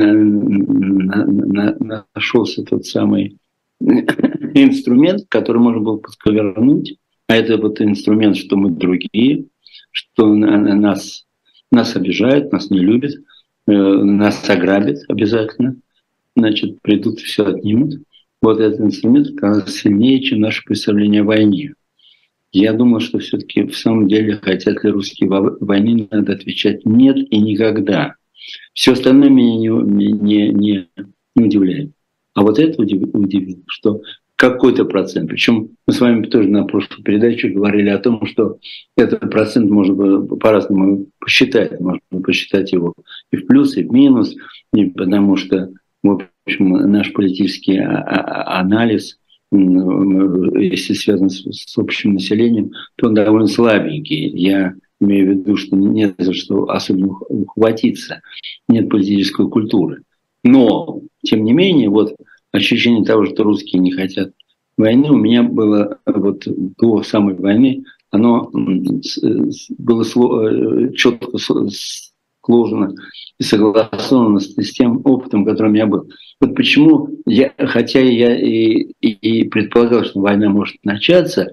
нашелся тот самый инструмент, который можно было подковернуть, а это вот инструмент, что мы другие, что нас обижают, нас не любят, нас ограбят обязательно, значит, придут и все отнимут. Вот этот инструмент оказался сильнее, чем наше представление о войне. Я думаю, что все-таки в самом деле хотят ли русские войны, надо отвечать нет и никогда. Все остальное меня не удивляет. А вот это удивило, что какой-то процент, причем мы с вами тоже на прошлой передаче говорили о том, что этот процент можно по-разному посчитать. Можно посчитать его и в плюс, и в минус, и потому что, в общем, наш политический анализ, если связан с общим населением, то он довольно слабенький. Я имею в виду, что нет за что особенно ухватиться, нет политической культуры. Но, тем не менее, вот ощущение того, что русские не хотят войны, у меня было вот до самой войны, оно было четко сложено и согласовано с тем опытом, который у меня был. Вот почему, хотя я и предполагал, что война может начаться,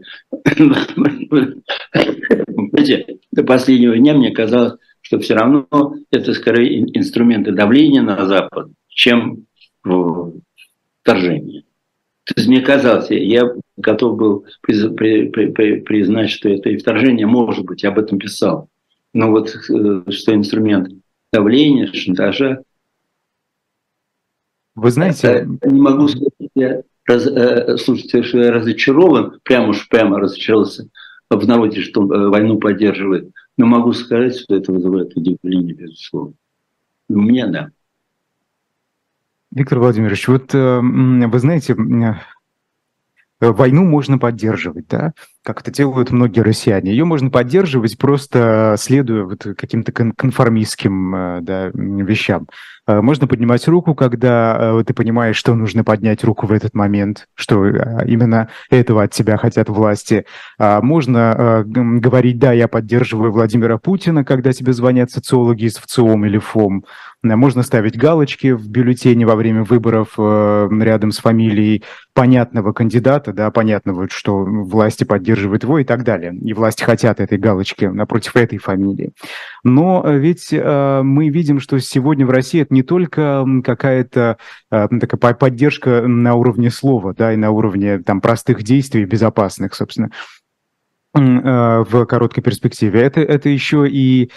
до последнего дня мне казалось, что все равно это скорее инструменты давления на Запад, чем вторжение. То есть мне казалось, я готов был признать, что это и вторжение может быть, я об этом писал. Но вот что инструмент давления, шантажа, Вы знаете, не могу сказать, слушайте, что я разочарован, прямо разочаровался в народе, что войну поддерживает. Но могу сказать, что это вызывает удивление, безусловно. У меня да. Виктор Владимирович, вот вы знаете, войну можно поддерживать, да, как это делают многие россияне. Ее можно поддерживать, просто следуя вот каким-то конформистским, да, вещам. Можно поднимать руку, когда ты понимаешь, что нужно поднять руку в этот момент, что именно этого от тебя хотят власти. Можно говорить, да, я поддерживаю Владимира Путина, когда тебе звонят социологи из ВЦИОМ или ФОМ. Можно ставить галочки в бюллетене во время выборов рядом с фамилией понятного кандидата, да, понятного, что власти поддерживают его и так далее. И власти хотят этой галочки напротив этой фамилии. Но ведь мы видим, что сегодня в России это не только какая-то такая поддержка на уровне слова, да, и на уровне там простых действий, безопасных, собственно, в короткой перспективе. Это еще и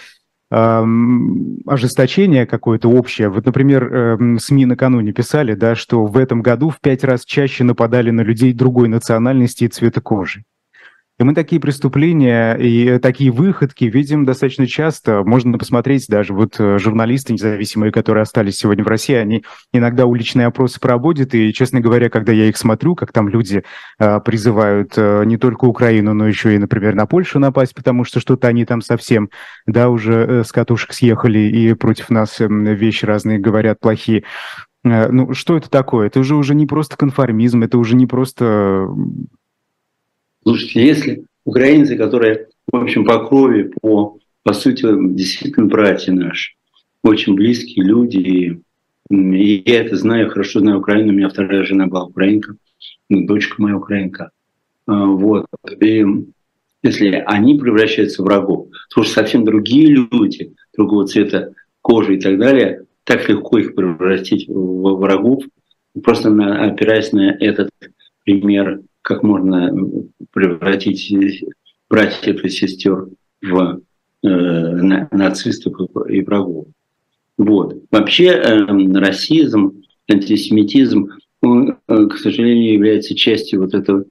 ожесточение какое-то общее. Вот, например, СМИ накануне писали, да, что в этом году в 5 раз чаще нападали на людей другой национальности и цвета кожи. И мы такие преступления и такие выходки видим достаточно часто. Можно посмотреть даже вот журналисты независимые, которые остались сегодня в России, они иногда уличные опросы проводят. И, честно говоря, когда я их смотрю, как там люди призывают не только Украину, но еще и, например, на Польшу напасть, потому что что-то они там совсем, да, уже с катушек съехали и против нас вещи разные говорят плохие. Ну, что это такое? Это уже не просто конформизм, это уже не просто... Слушайте, если украинцы, которые, в общем, по крови, по сути, действительно братья наши, очень близкие люди, и я это знаю, хорошо знаю Украину, у меня вторая жена была украинка, дочка моя украинка. Вот. И если они превращаются в врагов, то что совсем другие люди, другого цвета кожи и так далее, так легко их превратить в врагов, просто опираясь на этот пример, как можно превратить братьев и сестер в нацистов и врагов. Вот. Вообще расизм, антисемитизм, он, к сожалению, является частью вот этой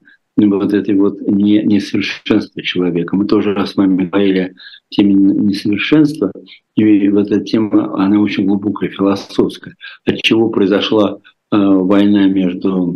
несовершенства человека. Мы тоже раз с вами говорили о теме несовершенства, и вот эта тема, она очень глубокая, философская. От чего произошла война между,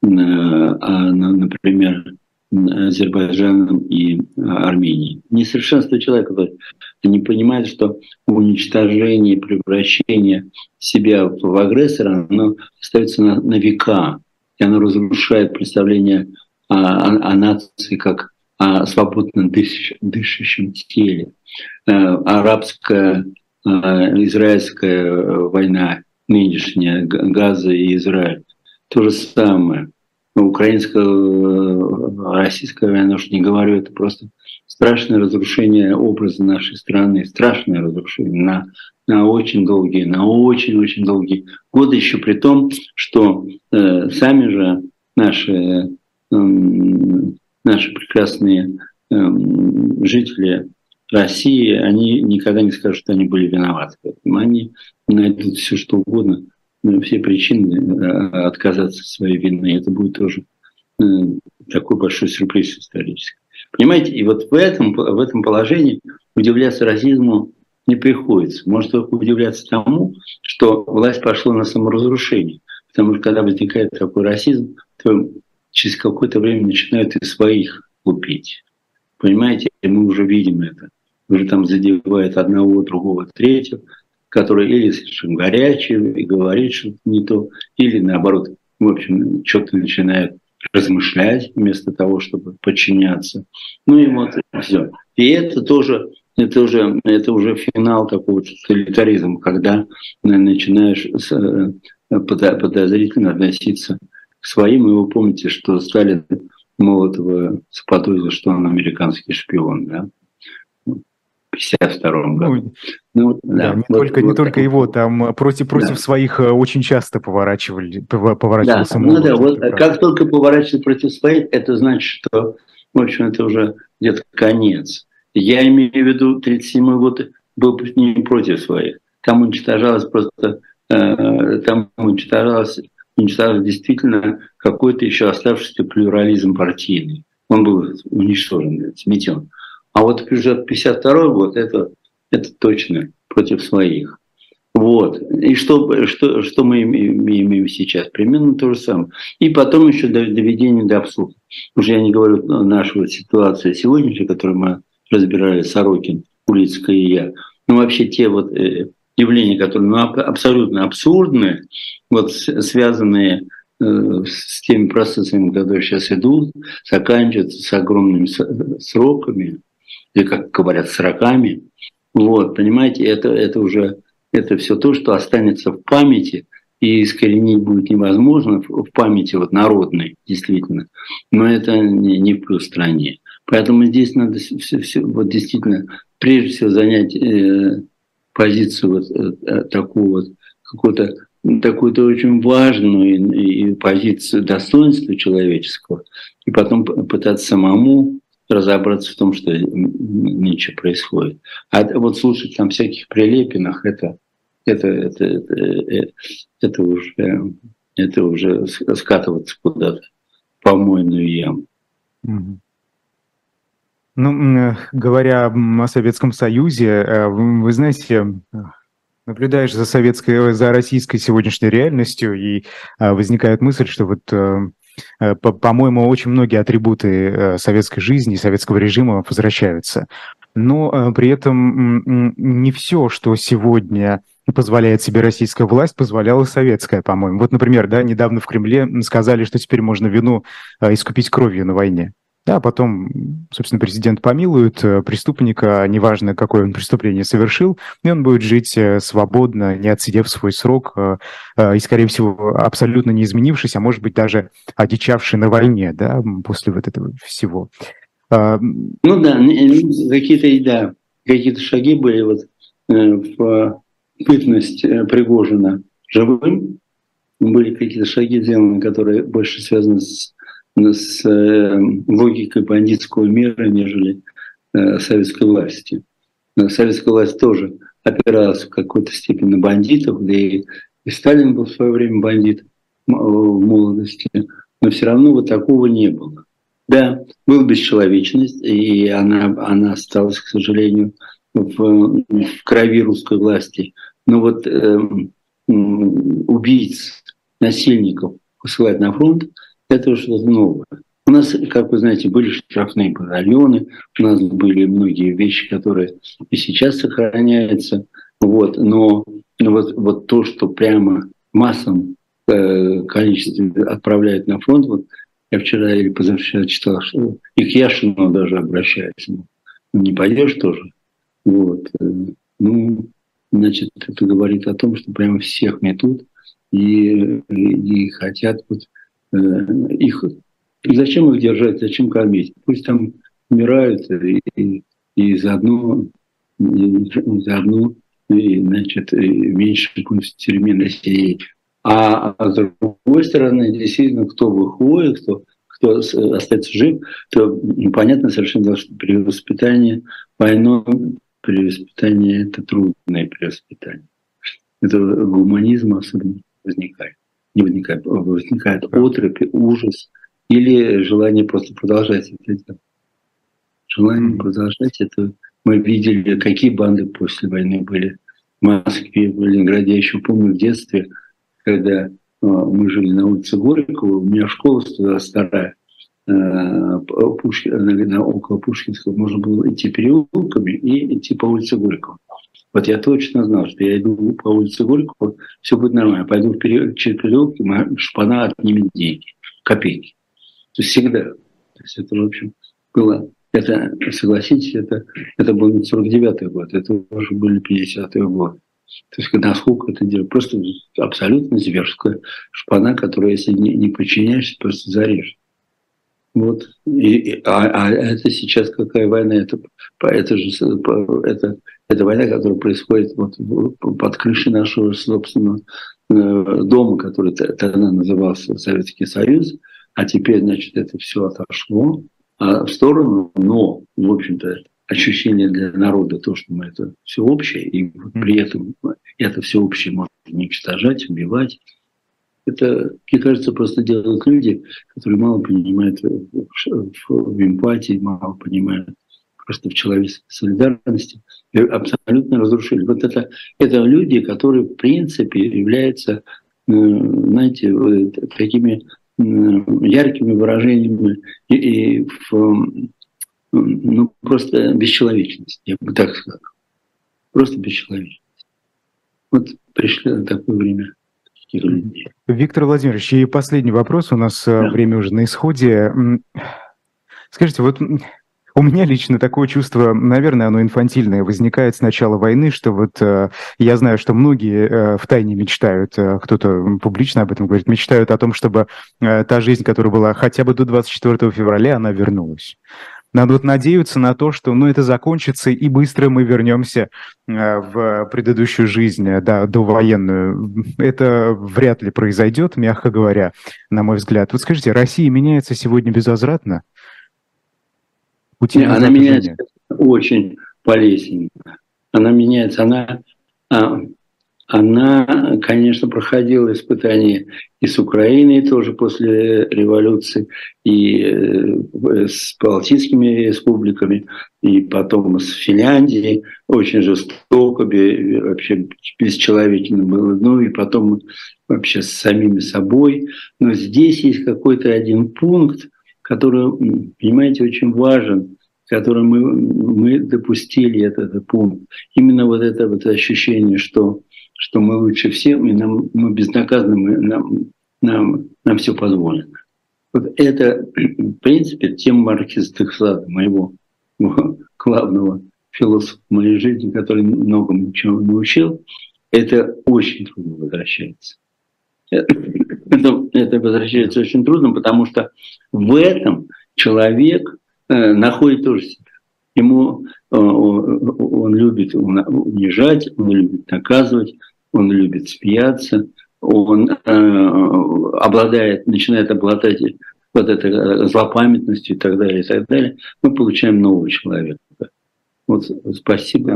например, Азербайджаном и Арменией. Несовершенство человека. Не понимает, что уничтожение, превращение себя в агрессора, оно остается на века. И оно разрушает представление о нации как о свободно дышащем теле. Арабская, израильская война нынешняя, Газа и Израиль. То же самое. Украинская, российская война, уж не говорю, это просто страшное разрушение образа нашей страны, страшное разрушение на очень долгие, на очень-очень долгие годы, еще при том, что сами же наши прекрасные жители России, они никогда не скажут, что они были виноваты. Поэтому они найдут все, что угодно, все причины отказаться от своей вины. Это будет тоже такой большой сюрприз исторический. Понимаете, и вот в этом положении удивляться расизму не приходится. Может только удивляться тому, что власть пошла на саморазрушение. Потому что когда возникает такой расизм, то через какое-то время начинают и своих лупить. Понимаете, и мы уже видим это. Уже там задевает одного, другого, третьего, который или слишком горячий и говорит что-то не то, или наоборот, в общем, что-то начинает размышлять вместо того, чтобы подчиняться. Ну и вот все. И это уже финал такого тоталитаризма, когда начинаешь подозрительно относиться к своим. И вы помните, что Сталин Молотова заподозрил, что он американский шпион. Да? 1952 году. Да, не только его, там против своих очень часто поворачивался молот. Вот как только поворачивается против своих, это значит, что, в общем, это уже где-то конец. Я имею в виду, 1937 год был не против своих. Там уничтожалось действительно какой-то еще оставшийся плюрализм партийный. Он был уничтожен, сметен. А вот уже 1952 год это точно против своих. Вот. И что мы имеем сейчас? Примерно то же самое. И потом еще доведение до абсурда. Уже я не говорю нашу ситуацию сегодняшнюю, которую мы разбирали, Сорокин, Улицкая и я. Но вообще те вот явления, которые абсолютно абсурдные, вот связанные с теми процессами, которые сейчас идут, заканчиваются с огромными сроками, или, как говорят, сроками. Вот, понимаете, это все то, что останется в памяти, и искоренить будет невозможно в памяти вот народной, действительно. Но это не в плюс стране. Поэтому здесь надо вот действительно прежде всего занять позицию вот такую вот такую-то очень важную и позицию достоинства человеческого, и потом пытаться самому разобраться в том, что ничего происходит. А вот слушать там всяких Прилепинах, это уже скатываться куда-то в помойную яму. Ну, говоря о Советском Союзе, вы знаете, наблюдаешь за российской сегодняшней реальностью, и возникает мысль, что вот, по-моему, очень многие атрибуты советской жизни, советского режима возвращаются. Но при этом не все, что сегодня позволяет себе российская власть, позволяла советская, по-моему. Вот, например, недавно в Кремле сказали, что теперь можно вину искупить кровью на войне. Да, потом, собственно, президент помилует преступника, неважно, какое он преступление совершил, и он будет жить свободно, не отсидев свой срок, и, скорее всего, абсолютно не изменившись, а может быть, даже одичавший на войне, да, после вот этого всего. Какие-то шаги были вот в бытность Пригожина живым, были какие-то шаги сделаны, которые больше связаны с логикой бандитского мира, нежели советской власти. Советская власть тоже опиралась в какой-то степени на бандитов, да и Сталин был в свое время бандит в молодости, но все равно вот такого не было. Да, была бесчеловечность, и она осталась, к сожалению, в крови русской власти. Но вот убийц, насильников посылать на фронт — это что-то новое. У нас, как вы знаете, были штрафные батальоны, у нас были многие вещи, которые и сейчас сохраняются. Вот, но вот то, что прямо массам количестве отправляют на фронт, вот я вчера или позавчера читал, что и к Яшину даже обращаются. Не пойдешь тоже. Вот. Значит, это говорит о том, что прямо всех метут и хотят вот их. И зачем их держать, зачем кормить? Пусть там умирают и заодно значит, меньше будет в тюрьме населения. А с другой стороны, действительно, кто выходит, кто остается жив, то понятно совершенно, что перевоспитание войной, перевоспитание — это трудное перевоспитание. Это гуманизм особенно возникает отрыв, ужас или желание просто продолжать это делать. Желание продолжать это. Мы видели, какие банды после войны были в Москве, в Ленинграде. Я еще помню в детстве, когда мы жили на улице Горького, у меня школа старая, около Пушкинского, можно было идти переулками и идти по улице Горького. Вот я точно знал, что я иду по улице Горького, все будет нормально. Пойду через переулки, моя шпана отнимет деньги, копейки. То есть всегда. То есть это, в общем, было. Это, согласитесь, это был 49-й год, это уже были 50-е годы. То есть насколько это дело, просто абсолютно зверская шпана, которая, если не подчиняешься, просто зарежет. Вот. А это сейчас какая война? Это война, которая происходит вот под крышей нашего собственного дома, который тогда назывался Советский Союз, а теперь, значит, это все отошло в сторону, но, в общем-то, ощущение для народа то, что мы это все общее, и при этом это все общее можно уничтожать, убивать. Это, мне кажется, просто делают люди, которые мало понимают в эмпатии, мало понимают просто в человеческой солидарности, и абсолютно разрушили. Вот это люди, которые, в принципе, являются, знаете, такими яркими выражениями и просто бесчеловечности, я бы так сказал. Просто бесчеловечность. Вот пришли на такое время. Виктор Владимирович, и последний вопрос, у нас время уже на исходе. Скажите, вот у меня лично такое чувство, наверное, оно инфантильное, возникает с начала войны, что вот я знаю, что многие втайне мечтают, кто-то публично об этом говорит, мечтают о том, чтобы та жизнь, которая была хотя бы до 24 февраля, она вернулась. Надо вот надеяться на то, что это закончится, и быстро мы вернемся в предыдущую жизнь, да, довоенную. Это вряд ли произойдет, мягко говоря, на мой взгляд. Вот скажите, Россия меняется сегодня безвозвратно? Она меняется очень болезненно. Она меняется, она, конечно, проходила испытания и с Украиной тоже после революции, и с Балтийскими республиками, и потом с Финляндией. Очень жестоко, вообще бесчеловечно было. И потом вообще с самими собой. Но здесь есть какой-то один пункт, который, понимаете, очень важен, который мы допустили этот пункт. Именно вот это вот ощущение, что мы лучше всех, и мы безнаказанны, нам все позволено. Вот это, в принципе, тема Маркиза де Сада, моего главного философа в моей жизни, который многому чему научил, это очень трудно возвращается. Это возвращается очень трудно, потому что в этом человек находит тоже себя. Он любит унижать, он любит наказывать, он любит смеяться, он начинает обладать вот этой злопамятностью и так далее, и так далее. Мы получаем нового человека. Вот спасибо.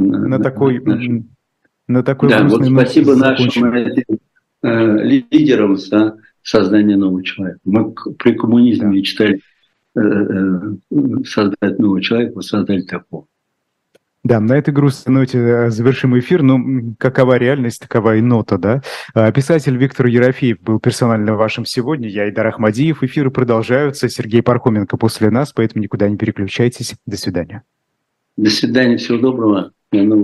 Спасибо нашим лидерам за создание нового человека. Мы при коммунизме мечтали создать нового человека, создали такого. Да, на этой грустной ноте завершим эфир. Какова реальность, такова и нота, да? Писатель Виктор Ерофеев был персонально вашим сегодня. Я Айдар Ахмадиев. Эфиры продолжаются. Сергей Пархоменко после нас, поэтому никуда не переключайтесь. До свидания. До свидания. Всего доброго.